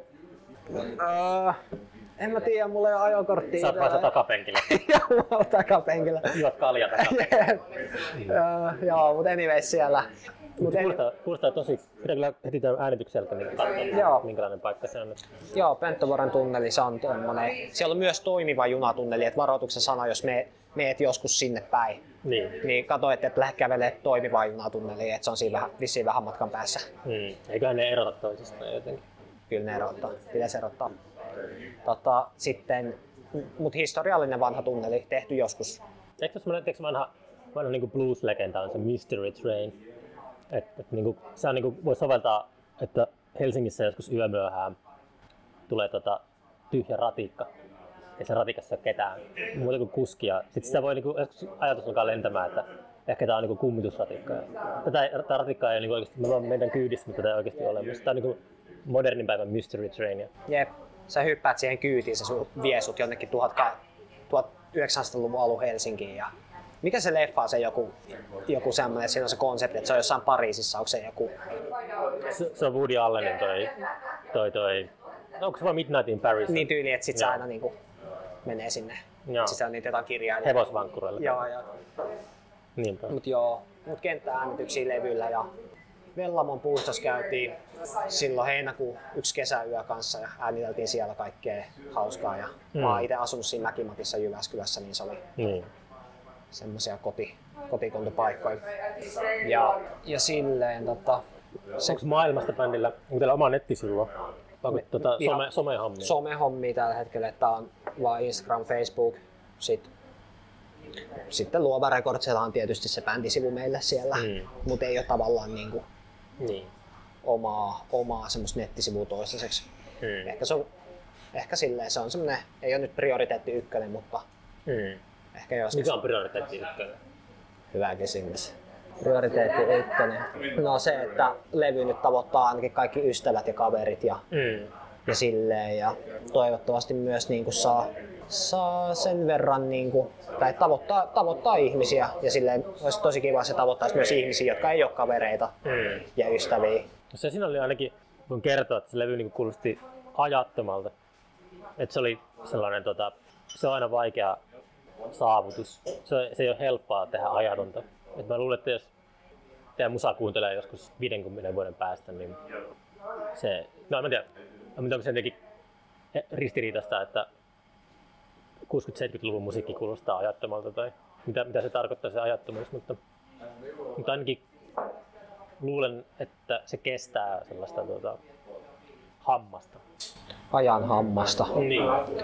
Öö, en mä tiedä, mulla ei ole ajokorttia. Sä oot vaan takapenkillä. Joo, mä oon takapenkillä. Juot kalja takapenkillä. öö, joo, mut anyways siellä. Mut kuulostaa, kuulostaa tosi, pitää kyllä heti tämän äänitykseltä niin katsoa, minkälainen paikka se on. Joo, Pönttövuoren tunneli, se on tommonen. Siellä on myös toimiva junatunneli, että varoituksen sana, jos me meet joskus sinne päin. Niin. Niin kato, että et lähde kävelemään toimivaa junatunneliin, että se on siinä vähän, vissiin vähän matkan päässä. Hmm. Eiköhän ne erota toisistaan jotenkin? Kyllä ne erottaa, pitäisi erottaa. Tota, sitten, mut historiallinen vanha tunneli, tehty joskus. Eikö se vanha, vanha niin blues-legenda on se Mystery Train? Että et, niinku, se on, niinku, voi soveltaa, että Helsingissä joskus yömyöhään tulee tota, tyhjä ratikka. Ja se ratikassa ei ole ketään muuta kuin kuskia. Sitten sitä voi niinku, ajatus alkaa lentämään, että ehkä tämä on niinku kummitusratikka. Tätä, tätä ratikkaa ei ole niinku oikeasti, me vaan meidän kyydissä, mutta tätä ei oikeasti ole. Tämä on niinku modernin päivän Mystery Train. Jep, sä hyppäät siihen kyytiin, se vie sut jonnekin tuhatyhdeksänsataaluvun alun Helsinkiin. Ja mikä se leffa on se joku, joku semmoinen, että siinä on se konsepti, että se on jossain Pariisissa, onko se joku... Se, se on Woody Allenin toi, toi, toi, onko se vaan Midnight in Paris? Niin tyyli, että sit se aina niinku menee sinne. Joo. Siis on niitä jotain kirjaa. Hevosvankkureilla. Joo, joo. Niinpä. Mut joo, mut kenttääänityksiä levyllä ja Vellamon puistossa käytiin silloin heinäkuun yksi kesäyö kanssa ja ääniteltiin siellä kaikkea hauskaa. Ja mm. mä oon itse asunut siinä Mäkimatissa Jyväskylässä, niin se oli mm. semmosia koti, kotikuntapaikkoja. Ja, ja silleen tota... Se... Onko maailmasta bändillä, onko teillä oma nettisivua? Onko tuota some, somehommia? Somehommia tällä hetkellä, että on vaan Instagram, Facebook. Sitten, sitten Luova Recordsilla on tietysti se bändisivu meille siellä, mm. mutta ei ole tavallaan niinku niin. omaa, omaa semmoista nettisivua toistaiseksi. Mm. Ehkä, se on, ehkä silleen se on semmoinen, ei ole nyt prioriteetti ykkönen, mutta mm. ehkä joskus. Mikä on prioriteetti ykkönen? Hyvä kysymys. Prioriteetti ykkönen. No se, että levy nyt tavoittaa ainakin kaikki ystävät ja kaverit ja, mm. ja silleen. Ja toivottavasti myös niin kuin saa, saa sen verran niin kuin, tai tavoittaa, tavoittaa ihmisiä. Ja silleen olisi tosi kiva, että se tavoittaisi myös ihmisiä, jotka ei ole kavereita mm. ja ystäviä. Se siinä oli ainakin, voin kertoa, että se levy niin kuin kuulosti ajattomalta. Että se oli sellainen, tota, se on aina vaikea saavutus. Se, se ei ole helppoa tehdä ajatonta. Et mä luulen, että jos teidän musaa kuuntelee joskus viidenkymmenen vuoden päästä, niin se, no en tiedä, onko se jotenkin ristiriitaista, että kuusikymmentä-seitsemänkymmentäluvun musiikki kuulostaa ajattomalta tai mitä, mitä se tarkoittaa se ajattomuus, mutta, mutta ainakin luulen, että se kestää sellaista tuota, hammasta. Ajan hammasta. Niin.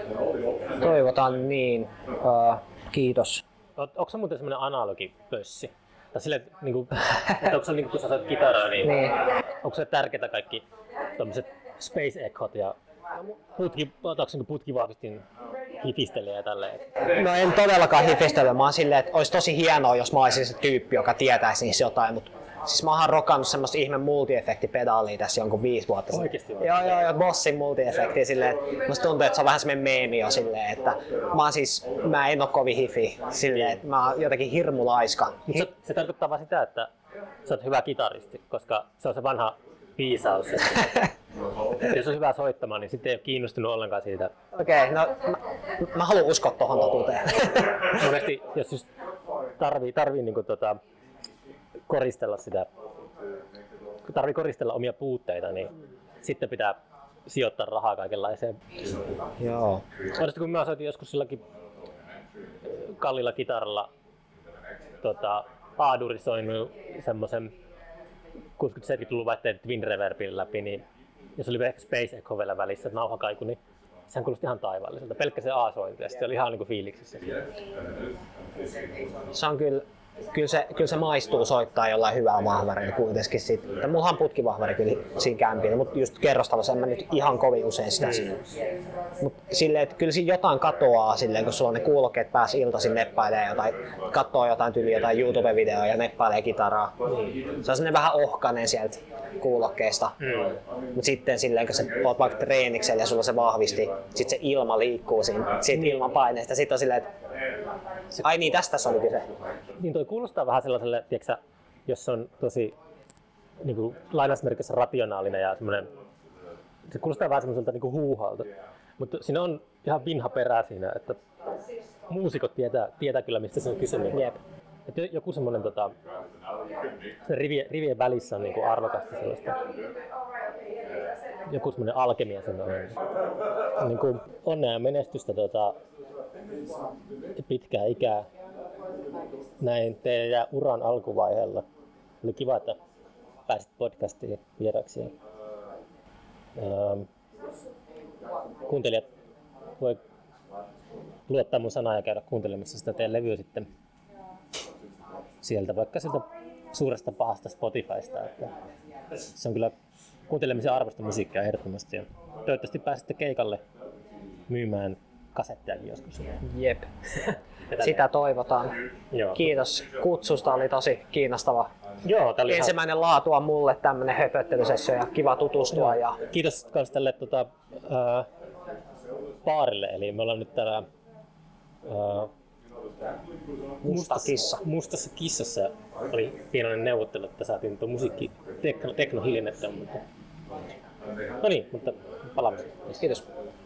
Toivotaan niin. Uh, kiitos. Onko se muuten semmoinen analogipössi? Tai sille, niin kuin, että onko se, niin kuin, kun sä soitat kitaraa, niin, niin onko se tärkeää kaikki tommoset space echot ja putki, otaanko niin putkivahvistin hifistelijä ja tälleen? No en todellakaan hifistele. Mä oon silleen, että olisi tosi hienoa, jos mä olisin se tyyppi, joka tietäisi niissä jotain, mutta siis mä oon rokannut semmoista ihme multi-efektipedaalia tässä jonkun viisi vuotta sitten. Oikeesti vai? Joo, joo, joo, Bossin multi-efektiä silleen, että musta tuntuu, että se on vähän semmoinen meemi jo silleen, että mä oon siis, mä en oo kovin hifi silleen, että mä oon jotenkin hirmu laiska. Hi- se, se tarkoittaa vaan sitä, että sä oot hyvä kitaristi, koska se on se vanha viisaus. Että jos on hyvä soittamaan, niin sitten ei ole kiinnostunut ollenkaan siitä. Okei, okay, no mä, mä haluan uskoa tohon totuuteen. Monesti, jos just tarvii, tarvii niinku tota, koristella sitä, tarvii koristella omia puutteita, niin sitten pitää sijoittaa rahaa kaikenlaiseen. Joo. Muodostin, kun mä soitin joskus silläkin kalliilla kitaralla tota, aadurisoinut semmosen kuusikymmentä-seitsemänkymmentäluvun vaihteen Twin Reverbin läpi, niin jos oli ehkä Space Echo vielä välissä, nauhakaiku, niin sehän kuulosti ihan taivaalliselta. Pelkkä se A-sointi ja sitten oli ihan niinku fiiliksissä. Se on kyllä, kyllä se, kyllä se maistuu soittaa jollain hyvää vahvarilla kuitenkin sitten. Mulla on putkivahvari kyllä siinä kämpillä, mutta just kerrostalossa en mä nyt ihan kovin usein sitä mm. Mut silleen, että kyllä siinä jotain katoaa silleen, kun sulla on ne kuulokkeet päässä iltaisin neppailee jotain, katsoo jotain tyyliä, jotain YouTube-videoa ja neppailee kitaraa. Mm. Se on semmoinen vähän ohkainen sieltä kuulokkeesta. Mm. Mut sitten silleen, kun sä oot vaikka treeniksellä ja sulla se vahvisti, sit se ilma liikkuu siinä, siitä mm. ilman paineesta. Sit on silleen, että ai niin, tästä se oli kyse. Niin toi kuulostaa vähän sellaiselle, tiiäksä, jos on tosi niin kuin lainausmerkissä rationaalinen ja semmoinen, se kuulostaa vähän semmoiselta niin kuin huuhalta. Mutta siinä on ihan vinha perää siinä, että muusikot tietää, tietää kyllä mistä se on kysymys. Yep. Että joku semmoinen tota, se rivien, rivien välissä on niin kuin arvokasta sellaista. Joku semmoinen alkemia siinä on. Niin kuin onnea ja menestystä tota, pitkää ikää näin teidän uran alkuvaiheella. Oli kiva, että pääsit podcastiin vieraksi. Ähm, kuuntelijat voi luottaa mun sanaa ja käydä kuuntelemassa sitä teidän levyä sitten sieltä, vaikka sieltä suuresta pahasta Spotifysta. Että se on kyllä kuuntelemisen arvosta musiikkia ehdottomasti. Ja toivottavasti pääsette keikalle myymään kasettejakin joskus. Jep. Sitä toivotaan. Joo. Kiitos kutsusta, oli tosi kiinnostava. Joo, tää oli ensimmäinen ihan laatua mulle tämmönen höpöttelysessio ja kiva tutustua. Ja... Kiitos myös tälle tota, äh, baarille, eli me ollaan nyt täällä äh, Musta kissa. Mustassa kissassa. Oli hienoinen neuvottelu, että saatiin tuo musiikki tekno, tekno hiljennettä. Mutta... No niin, mutta palaamme. Kiitos.